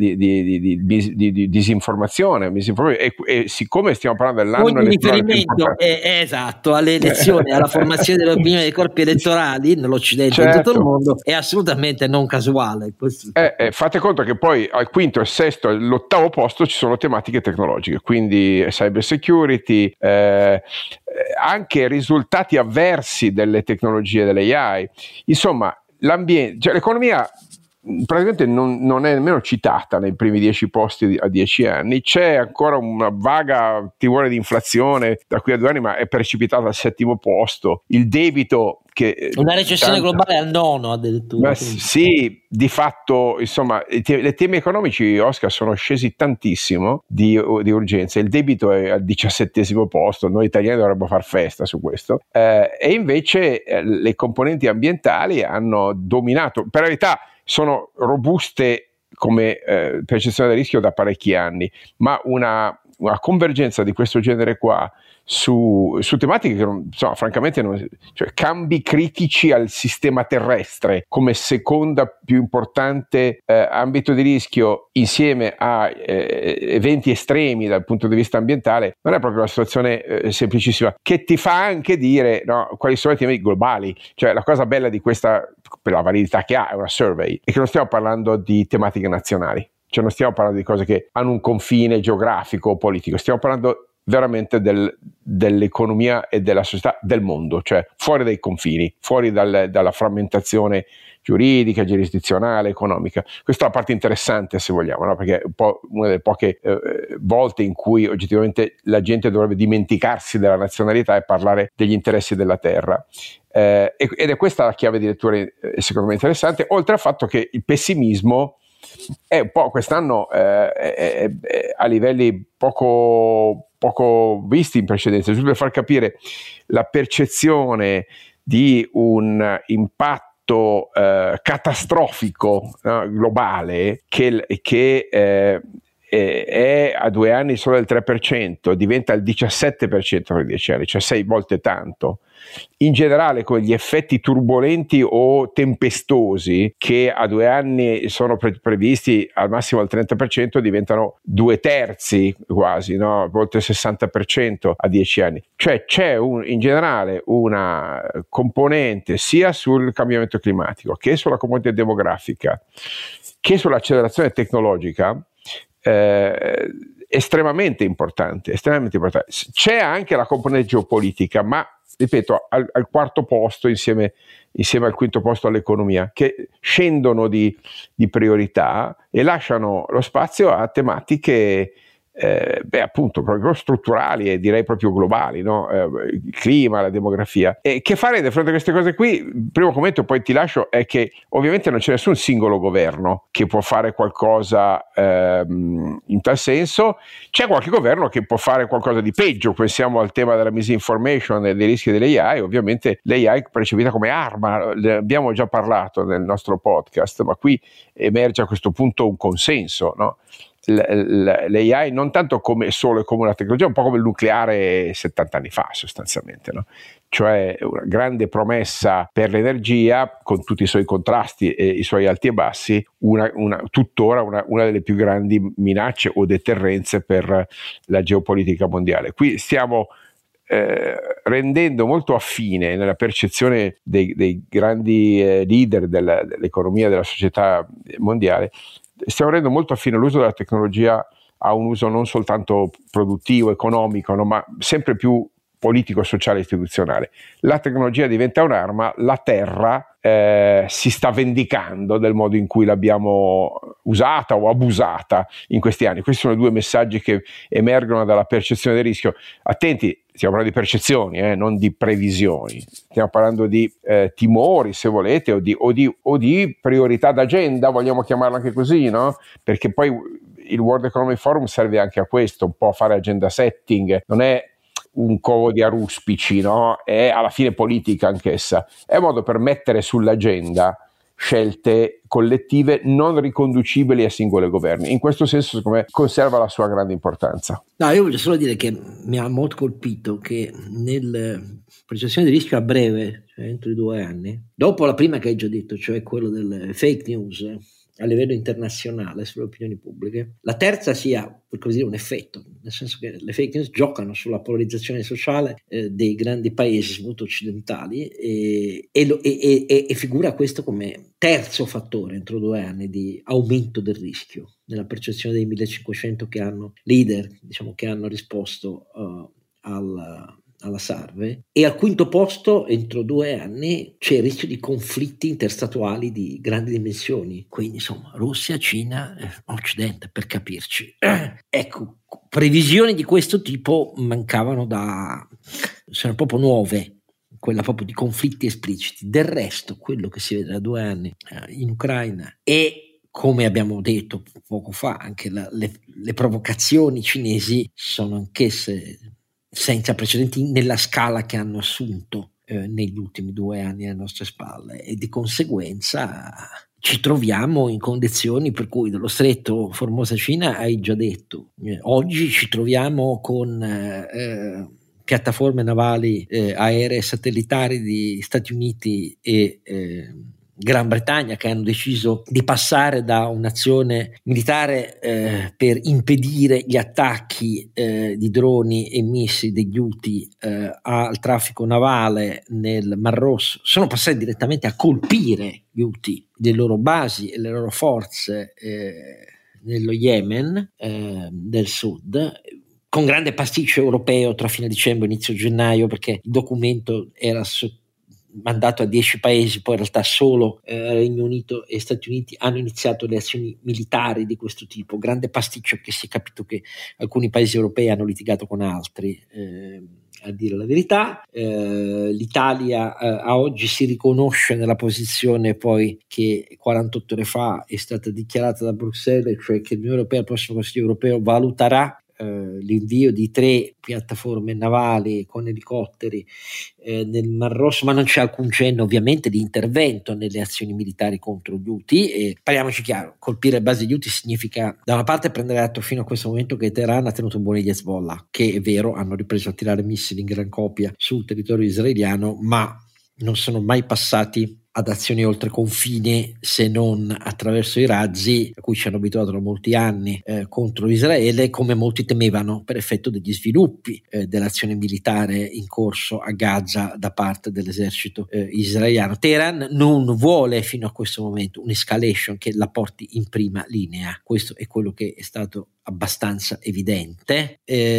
disinformazione. E siccome stiamo parlando dell'anno elettorale, riferimento è esatto alle elezioni, alla formazione dell'opinione dei corpi elettorali nell'Occidente e in tutto il mondo, è assolutamente non casuale. Fate conto che poi al quinto, il sesto e l'8º posto ci sono tematiche tecnologiche, quindi cyber security, anche risultati avversi delle tecnologie dell'AI, insomma l'ambiente, cioè l'economia praticamente non è nemmeno citata nei primi 10 posti a 10 anni, c'è ancora una vaga timore di inflazione da qui a 2 anni, ma è precipitata al 7º posto, il debito che una recessione globale al 9º addirittura. Sì, di fatto, insomma, i temi economici, Oscar, sono scesi tantissimo di urgenza, il debito è al 17º posto, noi italiani dovremmo far festa su questo, e invece le componenti ambientali hanno dominato, per verità sono robuste come percezione del rischio da parecchi anni, ma una convergenza di questo genere qua su tematiche che francamente cioè cambi critici al sistema terrestre come seconda più importante ambito di rischio insieme a eventi estremi dal punto di vista ambientale, non è proprio una situazione semplicissima, che ti fa anche dire quali sono i temi globali. Cioè la cosa bella di questa, per la validità che ha, è una survey, è che non stiamo parlando di tematiche nazionali, cioè non stiamo parlando di cose che hanno un confine geografico o politico, stiamo parlando veramente dell'economia e della società del mondo, cioè fuori dai confini, fuori dalla frammentazione giuridica, giurisdizionale, economica. Questa è la parte interessante, se vogliamo, no? Perché è un po' una delle poche volte in cui oggettivamente la gente dovrebbe dimenticarsi della nazionalità e parlare degli interessi della terra. Ed è questa la chiave di lettura secondo me interessante, oltre al fatto che il pessimismo è un po' quest'anno è a livelli poco visti in precedenza, giusto per far capire la percezione di un impatto catastrofico, globale che è a 2 anni solo del 3%, diventa il 17% per 10 anni, cioè 6 volte tanto. In generale, con gli effetti turbolenti o tempestosi che a 2 anni sono previsti al massimo al 30%, diventano 2/3 quasi, no? Oltre il 60% a 10 anni. Cioè c'è in generale una componente sia sul cambiamento climatico che sulla componente demografica che sull'accelerazione tecnologica estremamente importante. C'è anche la componente geopolitica, ma ripeto, al 4º posto insieme al 5º posto all'economia, che scendono di priorità e lasciano lo spazio a tematiche appunto proprio strutturali e direi proprio globali, no? Il clima, la demografia. E che fare di fronte a queste cose qui? Il primo commento, poi ti lascio, è che ovviamente non c'è nessun singolo governo che può fare qualcosa in tal senso. C'è qualche governo che può fare qualcosa di peggio. Pensiamo al tema della misinformation e dei rischi dell'AI. Ovviamente l'AI è percepita come arma, ne abbiamo già parlato nel nostro podcast, ma qui emerge a questo punto un consenso, no? l'AI non tanto solo come una tecnologia, un po' come il nucleare 70 anni fa sostanzialmente, no? Cioè una grande promessa per l'energia con tutti i suoi contrasti e i suoi alti e bassi, tuttora una delle più grandi minacce o deterrenze per la geopolitica mondiale. Qui stiamo rendendo molto affine nella percezione dei grandi leader dell'economia, della società mondiale, stiamo rendendo molto affine l'uso della tecnologia a un uso non soltanto produttivo, economico, no, ma sempre più politico, sociale e istituzionale. La tecnologia diventa un'arma, la terra si sta vendicando del modo in cui l'abbiamo usata o abusata in questi anni. Questi sono i due messaggi che emergono dalla percezione del rischio. Attenti, stiamo parlando di percezioni, non di previsioni. Stiamo parlando di timori, se volete, o di priorità d'agenda, vogliamo chiamarla anche così, no? Perché poi il World Economic Forum serve anche a questo, un po' a fare agenda setting, non è un covo di aruspici, no? È alla fine politica anch'essa, è un modo per mettere sull'agenda scelte collettive non riconducibili a singoli governi. In questo senso, secondo me, conserva la sua grande importanza. No, io voglio solo dire che mi ha molto colpito che nel percezione di rischio a breve, cioè entro i 2 anni, dopo la prima che hai già detto, cioè quello delle fake news a livello internazionale sulle opinioni pubbliche, la terza sia, per così dire, un effetto, nel senso che le fake news giocano sulla polarizzazione sociale dei grandi paesi soprattutto occidentali e figura questo come terzo fattore entro 2 anni di aumento del rischio nella percezione dei 1500 che hanno leader, diciamo, che hanno risposto alla Sarve, e al quinto posto entro 2 anni c'è il rischio di conflitti interstatuali di grandi dimensioni, quindi insomma Russia, Cina, Occidente, per capirci. Ecco, previsioni di questo tipo mancavano sono proprio nuove, quella proprio di conflitti espliciti. Del resto, quello che si vede da 2 anni in Ucraina e, come abbiamo detto poco fa, anche le provocazioni cinesi sono anch'esse senza precedenti nella scala che hanno assunto negli ultimi 2 anni alle nostre spalle, e di conseguenza ci troviamo in condizioni per cui dello stretto Formosa-Cina hai già detto, oggi ci troviamo con piattaforme navali aeree satellitari di Stati Uniti e Gran Bretagna che hanno deciso di passare da un'azione militare per impedire gli attacchi di droni e missili degli Houthi al traffico navale nel Mar Rosso, sono passati direttamente a colpire gli Houthi, le loro basi e le loro forze nello Yemen del sud, con grande pasticcio europeo tra fine dicembre e inizio gennaio, perché il documento era mandato a 10 paesi, poi in realtà solo Regno Unito e Stati Uniti hanno iniziato le azioni militari di questo tipo. Grande pasticcio, che si è capito che alcuni paesi europei hanno litigato con altri, a dire la verità. L'Italia a oggi si riconosce nella posizione poi che 48 ore fa è stata dichiarata da Bruxelles, cioè che l'Unione Europea al prossimo Consiglio Europeo valuterà l'invio di 3 piattaforme navali con elicotteri nel Mar Rosso, ma non c'è alcun cenno ovviamente di intervento nelle azioni militari contro gli Houthi. E parliamoci chiaro, colpire le basi degli Houthi significa da una parte prendere atto fino a questo momento che Teheran ha tenuto buoni gli Hezbollah, che è vero hanno ripreso a tirare missili in gran copia sul territorio israeliano, ma non sono mai passati ad azioni oltre confine, se non attraverso i razzi a cui ci hanno abituato da molti anni contro Israele, come molti temevano per effetto degli sviluppi dell'azione militare in corso a Gaza da parte dell'esercito israeliano. Teheran non vuole fino a questo momento un'escalation che la porti in prima linea, questo è quello che è stato abbastanza evidente.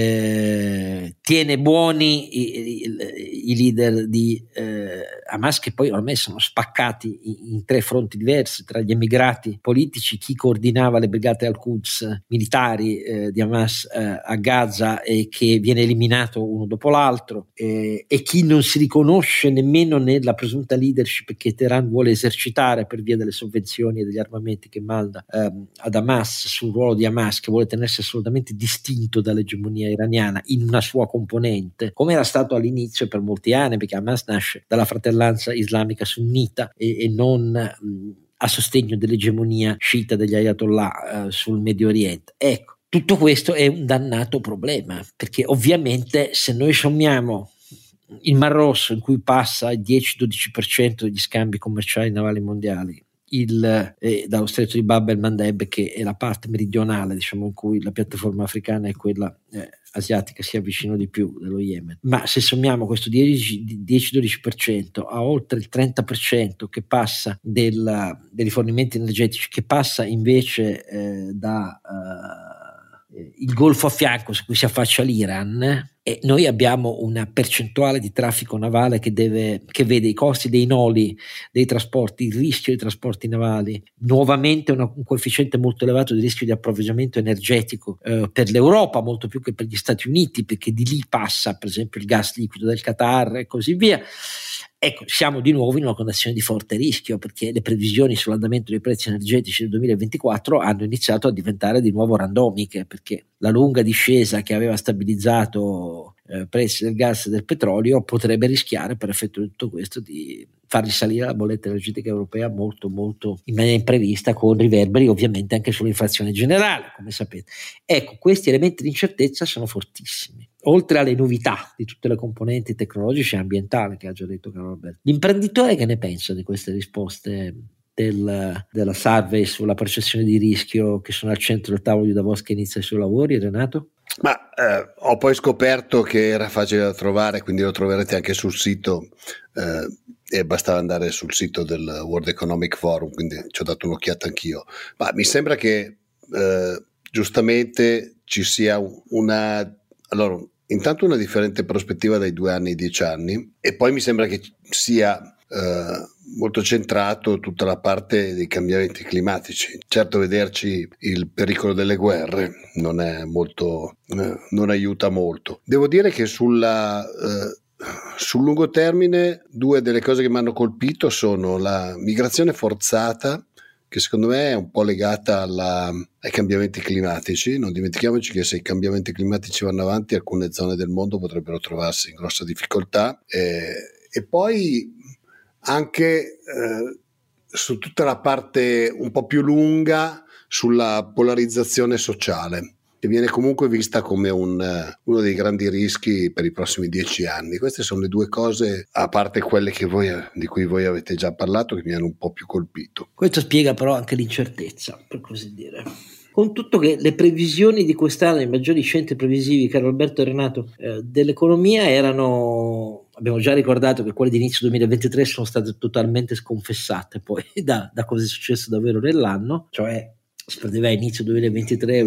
Tiene buoni i leader di Hamas, che poi ormai sono spaccati in 3 fronti diversi tra gli emigrati politici, chi coordinava le brigate al-Quds militari di Hamas a Gaza e che viene eliminato uno dopo l'altro, e chi non si riconosce nemmeno nella presunta leadership che Teheran vuole esercitare per via delle sovvenzioni e degli armamenti che manda ad Hamas, sul ruolo di Hamas, che vuole tenersi assolutamente distinto dall'egemonia iraniana in una sua componente, come era stato all'inizio per molti anni, perché Hamas nasce dalla fratellanza islamica sunnita e non a sostegno dell'egemonia sciita degli ayatollah sul Medio Oriente. Ecco, tutto questo è un dannato problema, perché ovviamente se noi sommiamo il Mar Rosso, in cui passa il 10-12% degli scambi commerciali navali mondiali, dallo stretto di Bab el Mandeb, che è la parte meridionale, diciamo, in cui la piattaforma africana e quella asiatica si avvicinano di più dello Yemen, ma se sommiamo questo 10-12% a oltre il 30% che passa dei rifornimenti energetici, che passa invece da il Golfo a fianco su cui si affaccia l'Iran, e noi abbiamo una percentuale di traffico navale che vede i costi dei noli, dei trasporti, il rischio dei trasporti navali, nuovamente un coefficiente molto elevato di rischio di approvvigionamento energetico per l'Europa, molto più che per gli Stati Uniti, perché di lì passa per esempio il gas liquido del Qatar e così via. Ecco, siamo di nuovo in una condizione di forte rischio, perché le previsioni sull'andamento dei prezzi energetici del 2024 hanno iniziato a diventare di nuovo randomiche, perché la lunga discesa che aveva stabilizzato prezzi del gas e del petrolio potrebbe rischiare, per effetto di tutto questo, di far risalire la bolletta energetica europea molto molto in maniera imprevista, con riverberi ovviamente anche sull'inflazione generale, come sapete. Ecco, questi elementi di incertezza sono fortissimi, oltre alle novità di tutte le componenti tecnologiche e ambientali che ha già detto Carlo Alberto. L'imprenditore che ne pensa di queste risposte della survey sulla percezione di rischio, che sono al centro del tavolo di Davos che inizia i suoi lavori, Renato? Ma ho poi scoperto che era facile da trovare, quindi lo troverete anche sul sito, e bastava andare sul sito del World Economic Forum, quindi ci ho dato un'occhiata anch'io. Ma mi sembra che giustamente ci sia allora, intanto una differente prospettiva dai 2 anni ai 10 anni, e poi mi sembra che sia molto centrato tutta la parte dei cambiamenti climatici. Certo, vederci il pericolo delle guerre non aiuta molto. Devo dire che sul lungo termine 2 delle cose che mi hanno colpito sono la migrazione forzata, che secondo me è un po' legata ai cambiamenti climatici. Non dimentichiamoci che se i cambiamenti climatici vanno avanti, alcune zone del mondo potrebbero trovarsi in grossa difficoltà, e poi anche su tutta la parte un po' più lunga sulla polarizzazione sociale, che viene comunque vista come uno dei grandi rischi per i prossimi 10 anni. Queste sono le 2 cose, a parte quelle di cui voi avete già parlato, che mi hanno un po' più colpito. Questo spiega però anche l'incertezza, per così dire. Con tutto che le previsioni di quest'anno, i maggiori centri previsivi, Carlo Alberto e Renato, dell'economia erano, abbiamo già ricordato che quelle di inizio 2023 sono state totalmente sconfessate poi da cosa è successo davvero nell'anno, cioè si prevedeva inizio 2023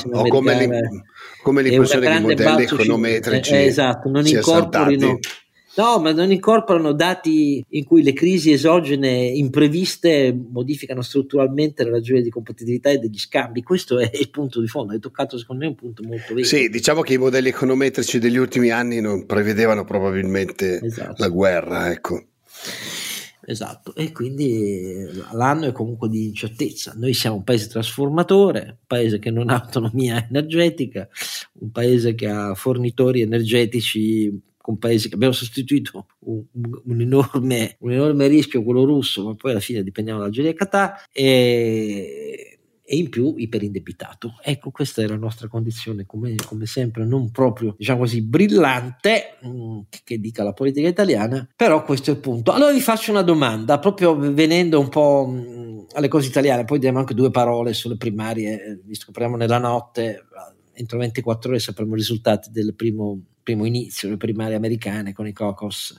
come l'impressione che i modelli econometrici esatto, non incorporino. No, ma non incorporano dati in cui le crisi esogene impreviste modificano strutturalmente le ragioni di competitività e degli scambi. Questo è il punto di fondo. Hai toccato secondo me un punto molto vero. Sì, diciamo che i modelli econometrici degli ultimi anni non prevedevano probabilmente la guerra, ecco. Esatto, e quindi l'anno è comunque di incertezza. Noi siamo un paese trasformatore, un paese che non ha autonomia energetica, un paese che ha fornitori energetici con paesi che abbiamo sostituito un enorme rischio, quello russo, ma poi alla fine dipendiamo dall'Algeria e Qatar, e in più iperindebitato. Ecco, questa è la nostra condizione, come sempre non proprio, diciamo così, brillante, che dica la politica italiana, però questo è il punto. Allora vi faccio una domanda, proprio venendo un po' alle cose italiane, poi diamo anche 2 parole sulle primarie, vi scopriamo nella notte, entro 24 ore sapremo i risultati del primo inizio, le primarie americane con i caucus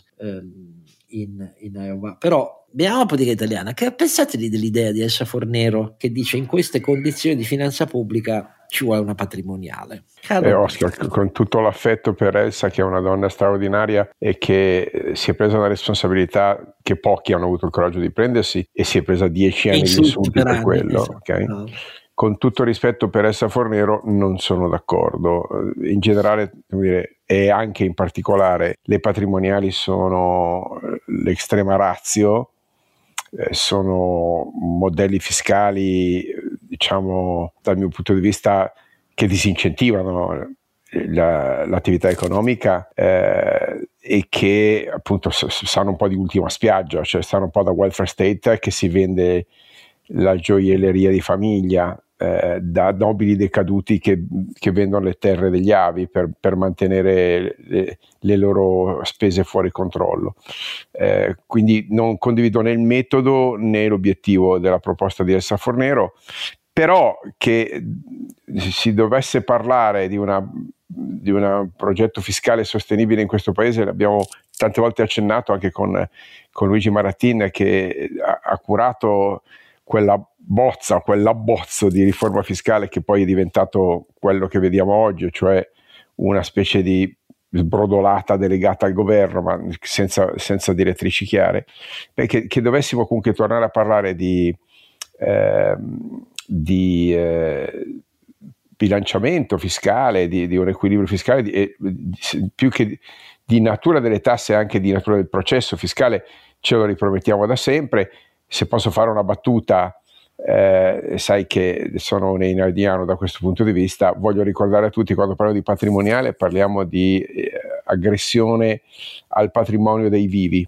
in Iowa. Però vediamo la politica italiana. Che pensate dell'idea di Elsa Fornero, che dice in queste condizioni di finanza pubblica ci vuole una patrimoniale? Oscar, con tutto l'affetto per Elsa, che è una donna straordinaria e che si è presa una responsabilità che pochi hanno avuto il coraggio di prendersi, e si è presa 10 anni di insulti per quello, esatto. Okay? No. Con tutto rispetto per Elsa Fornero, non sono d'accordo. In generale, e anche in particolare, le patrimoniali sono l'extrema ratio, sono modelli fiscali, diciamo, dal mio punto di vista, che disincentivano l'attività economica, e che appunto sanno un po' di ultima spiaggia, cioè stanno un po' da welfare state che si vende la gioielleria di famiglia, da nobili decaduti che vendono le terre degli avi per mantenere le loro spese fuori controllo. Quindi non condivido né il metodo né l'obiettivo della proposta di Elsa Fornero, però che si dovesse parlare di un progetto fiscale sostenibile in questo paese, l'abbiamo tante volte accennato anche con Luigi Maratin, che ha curato quell'abbozzo di riforma fiscale che poi è diventato quello che vediamo oggi, cioè una specie di sbrodolata delegata al governo, ma senza direttrici chiare, perché che dovessimo comunque tornare a parlare di bilanciamento fiscale, di un equilibrio fiscale, più che di natura delle tasse, anche di natura del processo fiscale, ce lo ripromettiamo da sempre. Se posso fare una battuta, sai che sono un einardiano da questo punto di vista, voglio ricordare a tutti, quando parliamo di patrimoniale parliamo di aggressione al patrimonio dei vivi.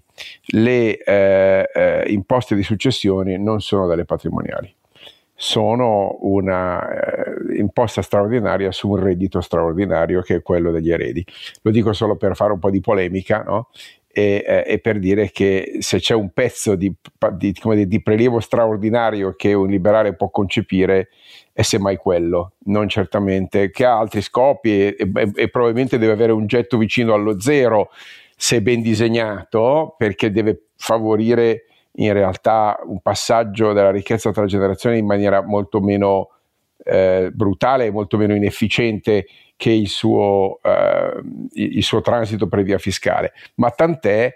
Le imposte di successioni non sono delle patrimoniali, sono una imposta straordinaria su un reddito straordinario che è quello degli eredi. Lo dico solo per fare un po' di polemica, no? E per dire che se c'è un pezzo di prelievo straordinario che un liberale può concepire, è semmai quello, non certamente, che ha altri scopi e probabilmente deve avere un getto vicino allo zero se ben disegnato, perché deve favorire in realtà un passaggio della ricchezza tra generazioni in maniera molto meno brutale e molto meno inefficiente che il suo transito per via fiscale. Ma tant'è,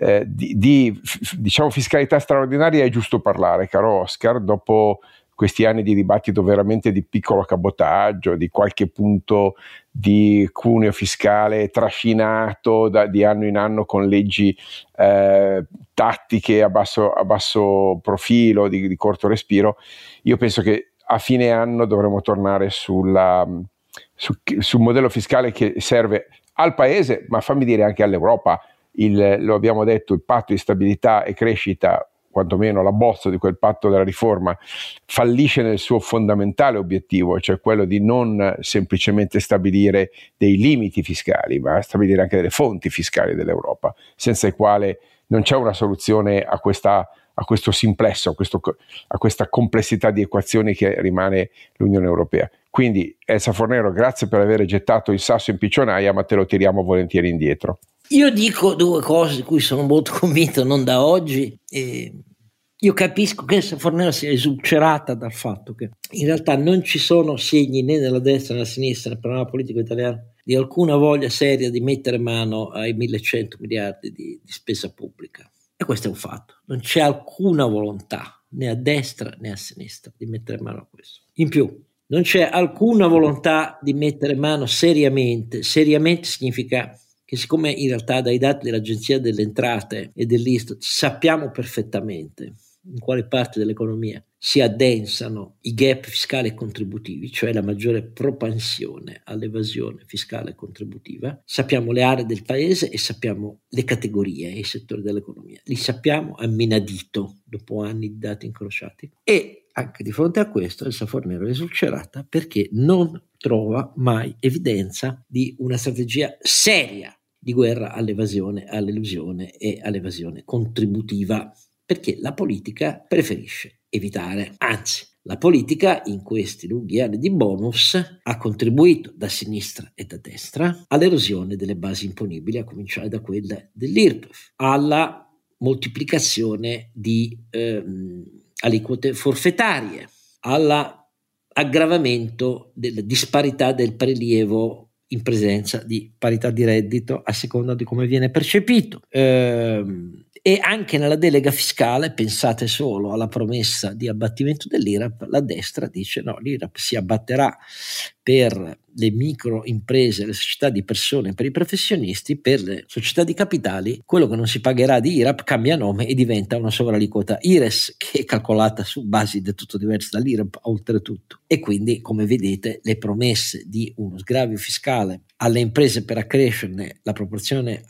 diciamo fiscalità straordinaria è giusto parlare, caro Oscar, dopo questi anni di dibattito veramente di piccolo cabotaggio, di qualche punto di cuneo fiscale trascinato di anno in anno con leggi tattiche a basso profilo, di corto respiro. Io penso che a fine anno dovremo tornare sul modello fiscale che serve al Paese, ma fammi dire anche all'Europa. Lo abbiamo detto, il patto di stabilità e crescita, quantomeno l'abbozzo di quel patto della riforma, fallisce nel suo fondamentale obiettivo, cioè quello di non semplicemente stabilire dei limiti fiscali, ma stabilire anche delle fonti fiscali dell'Europa, senza il quale non c'è una soluzione a questo simplesso, a questa complessità di equazioni che rimane l'Unione Europea. Quindi Elsa Fornero, grazie per aver gettato il sasso in piccionaia, ma te lo tiriamo volentieri indietro. Io dico due cose di cui sono molto convinto, non da oggi. Io capisco che Elsa Fornero sia esulcerata dal fatto che in realtà non ci sono segni né nella destra né nella sinistra nel panorama politico italiano di alcuna voglia seria di mettere mano ai 1.100 miliardi di spesa pubblica. E questo è un fatto. Non c'è alcuna volontà né a destra né a sinistra di mettere mano a questo. In più, non c'è alcuna volontà di mettere mano seriamente. Seriamente significa che, siccome in realtà dai dati dell'Agenzia delle Entrate e dell'Istat sappiamo perfettamente in quale parte dell'economia si addensano i gap fiscali e contributivi, cioè la maggiore propensione all'evasione fiscale e contributiva, sappiamo le aree del paese e sappiamo le categorie e i settori dell'economia. Li sappiamo a menadito dopo anni di dati incrociati. E anche di fronte a questo Elsa Fornero è esulcerata perché non trova mai evidenza di una strategia seria di guerra all'evasione, all'elusione e all'evasione contributiva, perché la politica preferisce evitare. Anzi, la politica in questi lunghi anni di bonus ha contribuito da sinistra e da destra all'erosione delle basi imponibili, a cominciare da quella dell'IRPEF, alla moltiplicazione di aliquote forfettarie, all'aggravamento della disparità del prelievo in presenza di parità di reddito a seconda di come viene percepito. E anche nella delega fiscale, pensate solo alla promessa di abbattimento dell'IRAP, la destra dice no, l'IRAP si abbatterà per le micro imprese, le società di persone, per i professionisti, per le società di capitali, quello che non si pagherà di IRAP cambia nome e diventa una sovraliquota IRES, che è calcolata su basi del tutto diverse dall'IRAP oltretutto. E quindi, come vedete, le promesse di uno sgravio fiscale alle imprese per accrescerne la propensione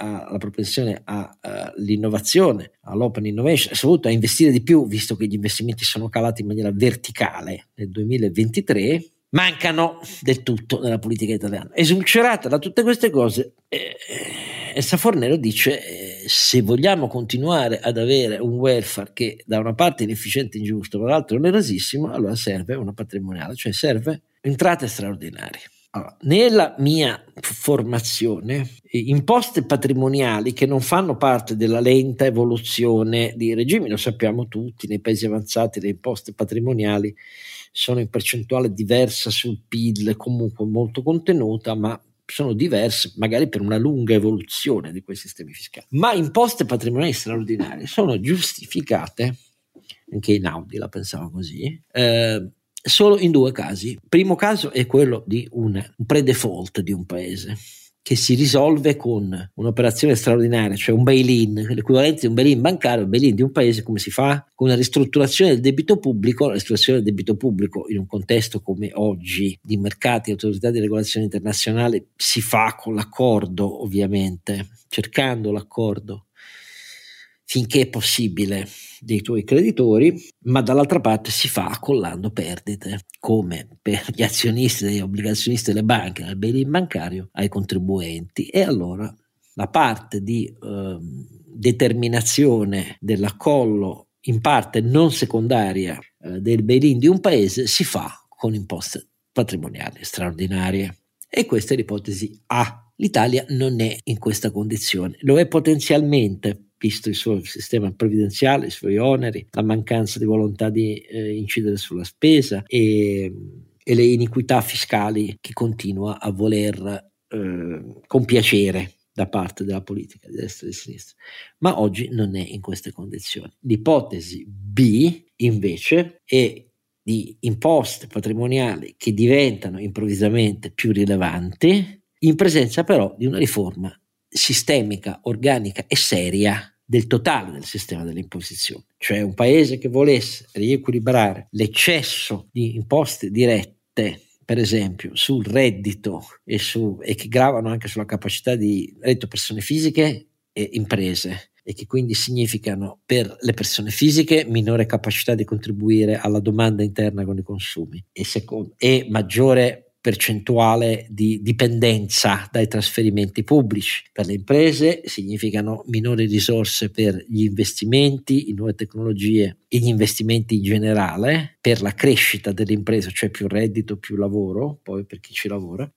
all'innovazione, all'open innovation, e soprattutto a investire di più, visto che gli investimenti sono calati in maniera verticale nel 2023, mancano del tutto nella politica italiana. Esulcerata da tutte queste cose, Elsa Fornero dice se vogliamo continuare ad avere un welfare che da una parte è inefficiente e ingiusto, ma dall'altro è onerosissimo, allora serve una patrimoniale, cioè serve entrate straordinarie. Allora, nella mia formazione, imposte patrimoniali che non fanno parte della lenta evoluzione di regimi, lo sappiamo tutti, nei paesi avanzati le imposte patrimoniali sono in percentuale diversa sul PIL, comunque molto contenuta, ma sono diverse magari per una lunga evoluzione di quei sistemi fiscali. Ma imposte patrimoniali straordinarie sono giustificate, anche Einaudi la pensava così, solo in due casi. Il primo caso è quello di un pre-default di un paese che si risolve con un'operazione straordinaria, cioè un bail-in, l'equivalente di un bail-in bancario. Il bail-in di un paese come si fa? Con una ristrutturazione del debito pubblico. La ristrutturazione del debito pubblico in un contesto come oggi di mercati e autorità di regolazione internazionale si fa con l'accordo, ovviamente, cercando l'accordo finché è possibile dei tuoi creditori, ma dall'altra parte si fa accollando perdite, come per gli azionisti degli obbligazionisti delle banche, dal bail-in bancario ai contribuenti. E allora la parte di determinazione dell'accollo in parte non secondaria del bail-in di un paese si fa con imposte patrimoniali straordinarie. E questa è l'ipotesi A. L'Italia non è in questa condizione, lo è potenzialmente, visto il suo sistema previdenziale, i suoi oneri, la mancanza di volontà di incidere sulla spesa e le iniquità fiscali che continua a voler compiacere da parte della politica di destra e di sinistra. Ma oggi non è in queste condizioni. L'ipotesi B, invece, è di imposte patrimoniali che diventano improvvisamente più rilevanti, in presenza però di una riforma sistemica, organica e seria del totale del sistema delle imposizioni. Cioè un paese che volesse riequilibrare l'eccesso di imposte dirette, per esempio sul reddito e che gravano anche sulla capacità di reddito persone fisiche e imprese, e che quindi significano per le persone fisiche minore capacità di contribuire alla domanda interna con i consumi e maggiore percentuale di dipendenza dai trasferimenti pubblici. Per le imprese significano minori risorse per gli investimenti in nuove tecnologie e gli investimenti in generale, per la crescita delle imprese, cioè più reddito, più lavoro, poi per chi ci lavora,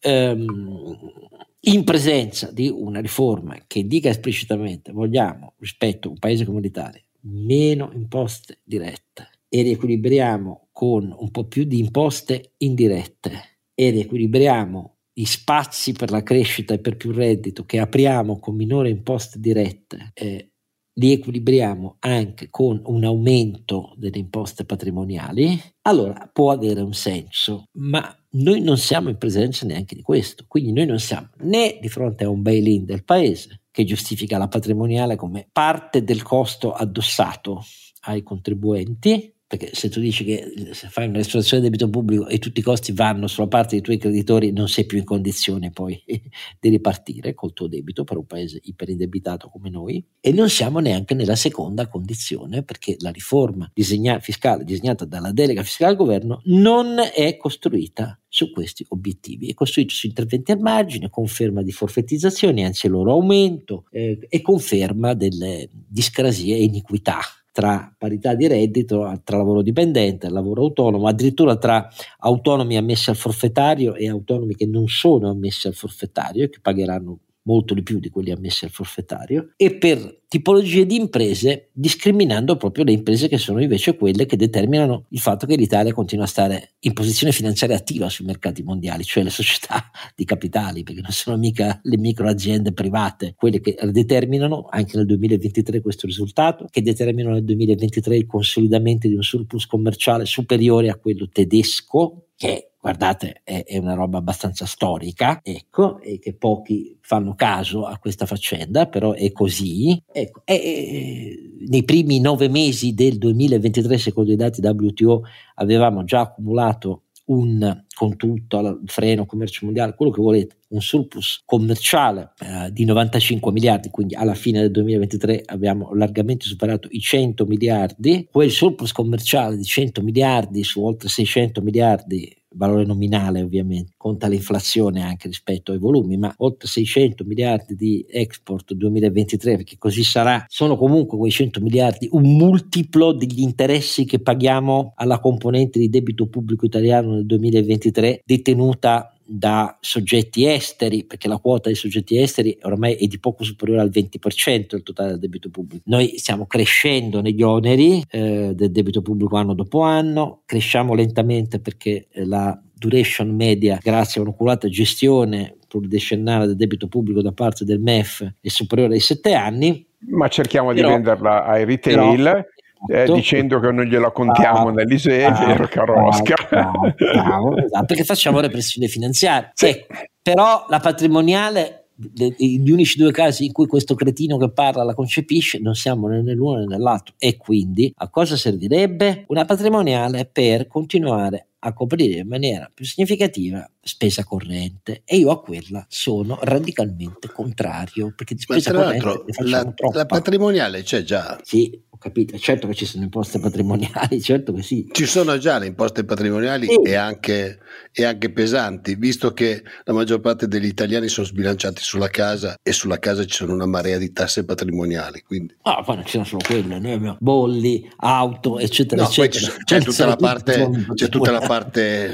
in presenza di una riforma che dica esplicitamente vogliamo, rispetto a un paese come l'Italia, meno imposte dirette e riequilibriamo con un po' più di imposte indirette e riequilibriamo gli spazi per la crescita e per più reddito che apriamo con minore imposte dirette, li equilibriamo anche con un aumento delle imposte patrimoniali, allora può avere un senso. Ma noi non siamo in presenza neanche di questo, quindi noi non siamo né di fronte a un bail-in del paese che giustifica la patrimoniale come parte del costo addossato ai contribuenti, perché se tu dici che se fai una ristrutturazione del debito pubblico e tutti i costi vanno sulla parte dei tuoi creditori, non sei più in condizione poi di ripartire col tuo debito per un paese iperindebitato come noi. E non siamo neanche nella seconda condizione, perché la riforma fiscale disegnata dalla delega fiscale al governo non è costruita su questi obiettivi, è costruito su interventi al margine, conferma di forfettizzazioni, anzi il loro aumento, e conferma delle discrasie e iniquità tra parità di reddito, tra lavoro dipendente e lavoro autonomo, addirittura tra autonomi ammessi al forfettario e autonomi che non sono ammessi al forfettario e che pagheranno molto di più di quelli ammessi al forfettario, e per tipologie di imprese, discriminando proprio le imprese che sono invece quelle che determinano il fatto che l'Italia continua a stare in posizione finanziaria attiva sui mercati mondiali, cioè le società di capitali, perché non sono mica le micro aziende private quelle che determinano anche nel 2023 questo risultato, che determinano nel 2023 il consolidamento di un surplus commerciale superiore a quello tedesco, che guardate è una roba abbastanza storica, ecco, e che pochi fanno caso a questa faccenda, però è così. Ecco, nei primi 9 mesi del 2023, secondo i dati WTO, avevamo già accumulato con tutto il freno, commercio mondiale, quello che volete, un surplus commerciale di 95 miliardi, quindi alla fine del 2023 abbiamo largamente superato i 100 miliardi. Quel surplus commerciale di 100 miliardi su oltre 600 miliardi, valore nominale ovviamente, conta l'inflazione anche rispetto ai volumi, ma oltre 600 miliardi di export 2023, perché così sarà, sono comunque quei 100 miliardi un multiplo degli interessi che paghiamo alla componente di debito pubblico italiano nel 2023 detenuta da soggetti esteri, perché la quota dei soggetti esteri ormai è di poco superiore al 20% del totale del debito pubblico. Noi stiamo crescendo negli oneri del debito pubblico anno dopo anno, cresciamo lentamente perché la duration media, grazie a un'oculata gestione pluridecennale del debito pubblico da parte del MEF, è superiore ai 7 anni. Ma cerchiamo di venderla ai retail, dicendo che non gliela contiamo nell'ISEE, vero caro Oscar? Esatto, perché facciamo repressione finanziaria. Però la patrimoniale, gli unici due casi in cui questo cretino che parla la concepisce, non siamo né nell'uno né nell'altro. E quindi a cosa servirebbe? Una patrimoniale per continuare a coprire in maniera più significativa spesa corrente, e io a quella sono radicalmente contrario, perché di spesa corrente ne facciamo troppa. La patrimoniale c'è già. Sì, ho capito, certo che ci sono imposte patrimoniali, certo che sì. Ci sono già le imposte patrimoniali e anche pesanti, visto che la maggior parte degli italiani sono sbilanciati sulla casa, e sulla casa ci sono una marea di tasse patrimoniali. Quindi. Poi non ci sono solo quelle, noi abbiamo bolli, auto, eccetera, eccetera. C'è tutta la parte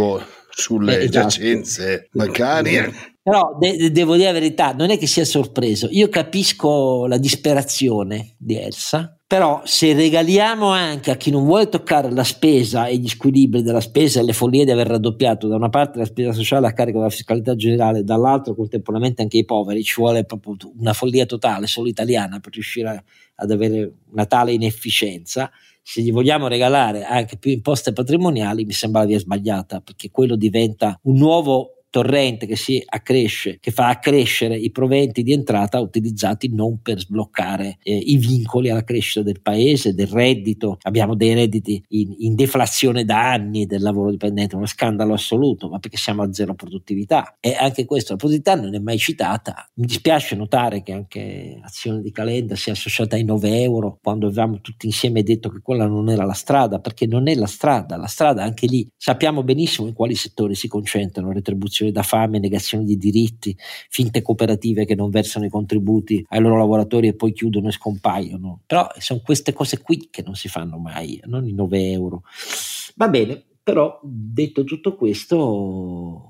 sulle giacenze bancarie. Però devo dire la verità, non è che sia sorpreso, io capisco la disperazione di Elsa, però se regaliamo anche a chi non vuole toccare la spesa e gli squilibri della spesa e le follie di aver raddoppiato da una parte la spesa sociale a carico della fiscalità generale, dall'altro contemporaneamente anche i poveri, ci vuole proprio una follia totale, solo italiana, per riuscire ad avere una tale inefficienza. Se gli vogliamo regalare anche più imposte patrimoniali, mi sembra la via sbagliata, perché quello diventa un nuovo torrente che si accresce, che fa accrescere i proventi di entrata utilizzati non per sbloccare i vincoli alla crescita del paese, del reddito. Abbiamo dei redditi in deflazione da anni del lavoro dipendente, uno scandalo assoluto, ma perché siamo a zero produttività, e anche questo la produttività non è mai citata. Mi dispiace notare che anche l'azione di Calenda sia associata ai 9 euro, quando avevamo tutti insieme detto che quella non era la strada, perché non è la strada anche lì sappiamo benissimo in quali settori si concentrano retribuzioni da fame, negazione di diritti, finte cooperative che non versano i contributi ai loro lavoratori e poi chiudono e scompaiono. Però sono queste cose qui che non si fanno mai, non i 9 euro. Va bene, però detto tutto questo,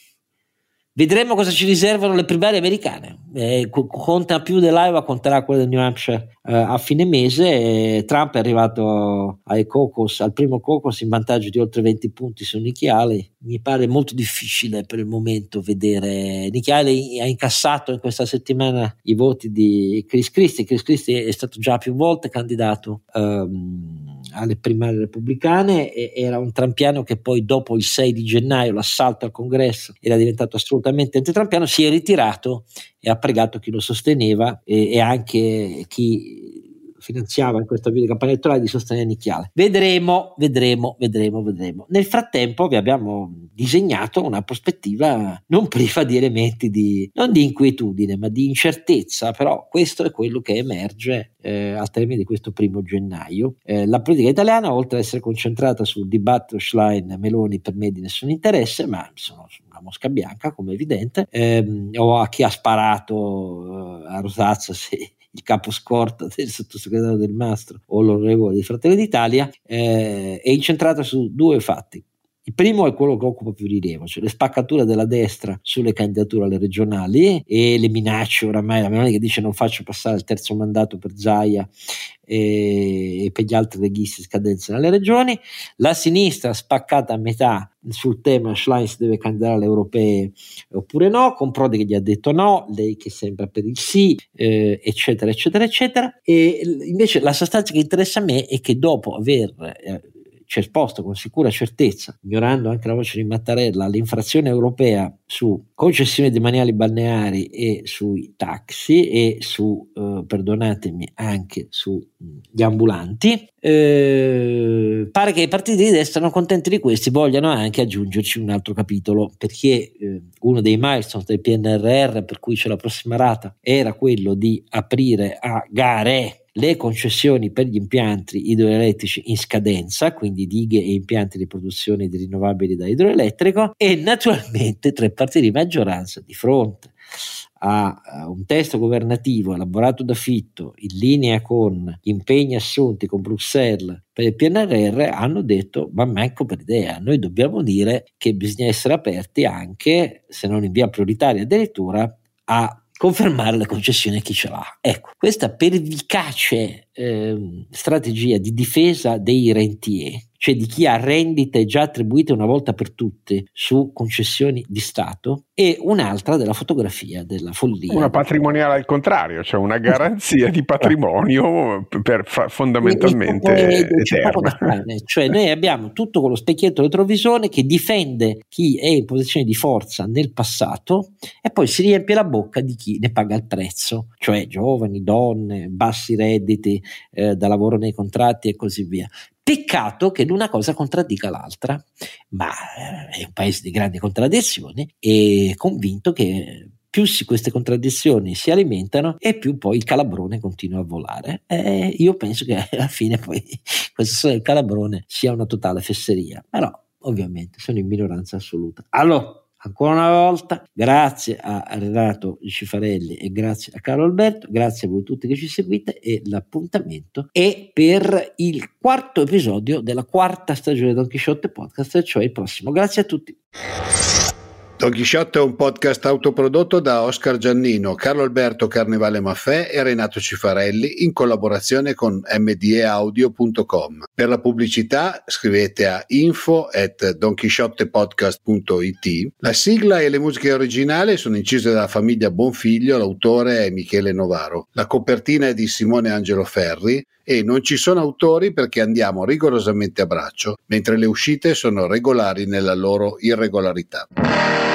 vedremo cosa ci riservano le primarie americane. Conta più dell'Iowa, conterà quella del New Hampshire a fine mese. Trump è arrivato al primo caucus in vantaggio di oltre 20 punti su Nikki Haley. Mi pare molto difficile per il momento vedere. Nikki Haley ha incassato in questa settimana i voti di Chris Christie. Chris Christie è stato già più volte candidato alle primarie repubblicane, e era un trampiano che poi dopo il 6 di gennaio, l'assalto al congresso, era diventato assolutamente antitrampiano, si è ritirato e ha pregato chi lo sosteneva e anche chi finanziava in questa via di campagna elettorale di sostenere Nikki Haley. Vedremo. Nel frattempo vi abbiamo disegnato una prospettiva non priva di elementi non di inquietudine ma di incertezza, però questo è quello che emerge al termine di questo 1 gennaio. La politica italiana, oltre ad essere concentrata sul dibattito Schlein-Meloni, per me di nessun interesse, ma sono una mosca bianca come è evidente, o a chi ha sparato a Rosazza se il capo scorta del sottosegretario Del Mastro o l'onorevole di Fratelli d'Italia, è incentrata su due fatti. Il primo è quello che occupa più rilievo, cioè le spaccature della destra sulle candidature alle regionali e le minacce oramai, la Meloni che dice non faccio passare il terzo mandato per Zaia e per gli altri leghisti scadenze nelle regioni. La sinistra spaccata a metà sul tema Schlein si deve candidare alle europee oppure no, con Prodi che gli ha detto no, lei che sembra per il sì, eccetera. E invece la sostanza che interessa a me è che dopo aver ci ha esposto con sicura certezza, ignorando anche la voce di Mattarella, all'infrazione europea su concessione demaniali balneari e sui taxi e su, perdonatemi, anche sugli ambulanti. Pare che i partiti di destra non contenti di questi vogliano anche aggiungerci un altro capitolo, perché uno dei milestone del PNRR, per cui c'è la prossima rata, era quello di aprire a gare le concessioni per gli impianti idroelettrici in scadenza, quindi dighe e impianti di produzione di rinnovabili da idroelettrico, e naturalmente tre partiti di maggioranza, di fronte a un testo governativo elaborato da Fitto in linea con gli impegni assunti con Bruxelles per il PNRR, hanno detto: ma manco per idea, noi dobbiamo dire che bisogna essere aperti anche, se non in via prioritaria addirittura, a confermare le concessioni a chi ce l'ha. Ecco, questa pervicace strategia di difesa dei rentier, cioè di chi ha rendite già attribuite una volta per tutte su concessioni di Stato, e un'altra della fotografia della follia. Una patrimoniale al contrario, cioè una garanzia di patrimonio fondamentalmente eterna. Cioè noi abbiamo tutto quello specchietto retrovisore che difende chi è in posizione di forza nel passato e poi si riempie la bocca di chi ne paga il prezzo, cioè giovani, donne, bassi redditi, da lavoro nei contratti e così via. Peccato che l'una cosa contraddica l'altra, ma è un paese di grandi contraddizioni, e convinto che più queste contraddizioni si alimentano e più poi il calabrone continua a volare. Io penso che alla fine poi questo del calabrone sia una totale fesseria, però ovviamente sono in minoranza assoluta. Allora, ancora una volta, grazie a Renato Cifarelli e grazie a Carlo Alberto, grazie a voi tutti che ci seguite, e l'appuntamento è per il quarto episodio della quarta stagione di Don Chisciotte Podcast, cioè il prossimo. Grazie a tutti. Don Chisciotte è un podcast autoprodotto da Oscar Giannino, Carlo Alberto Carnevale Maffè e Renato Cifarelli in collaborazione con mdeaudio.com. Per la pubblicità scrivete a info@donchisciottepodcast.it. La sigla e le musiche originali sono incise dalla famiglia Bonfiglio, l'autore è Michele Novaro. La copertina è di Simone Angelo Ferri e non ci sono autori perché andiamo rigorosamente a braccio, mentre le uscite sono regolari nella loro irregolarità.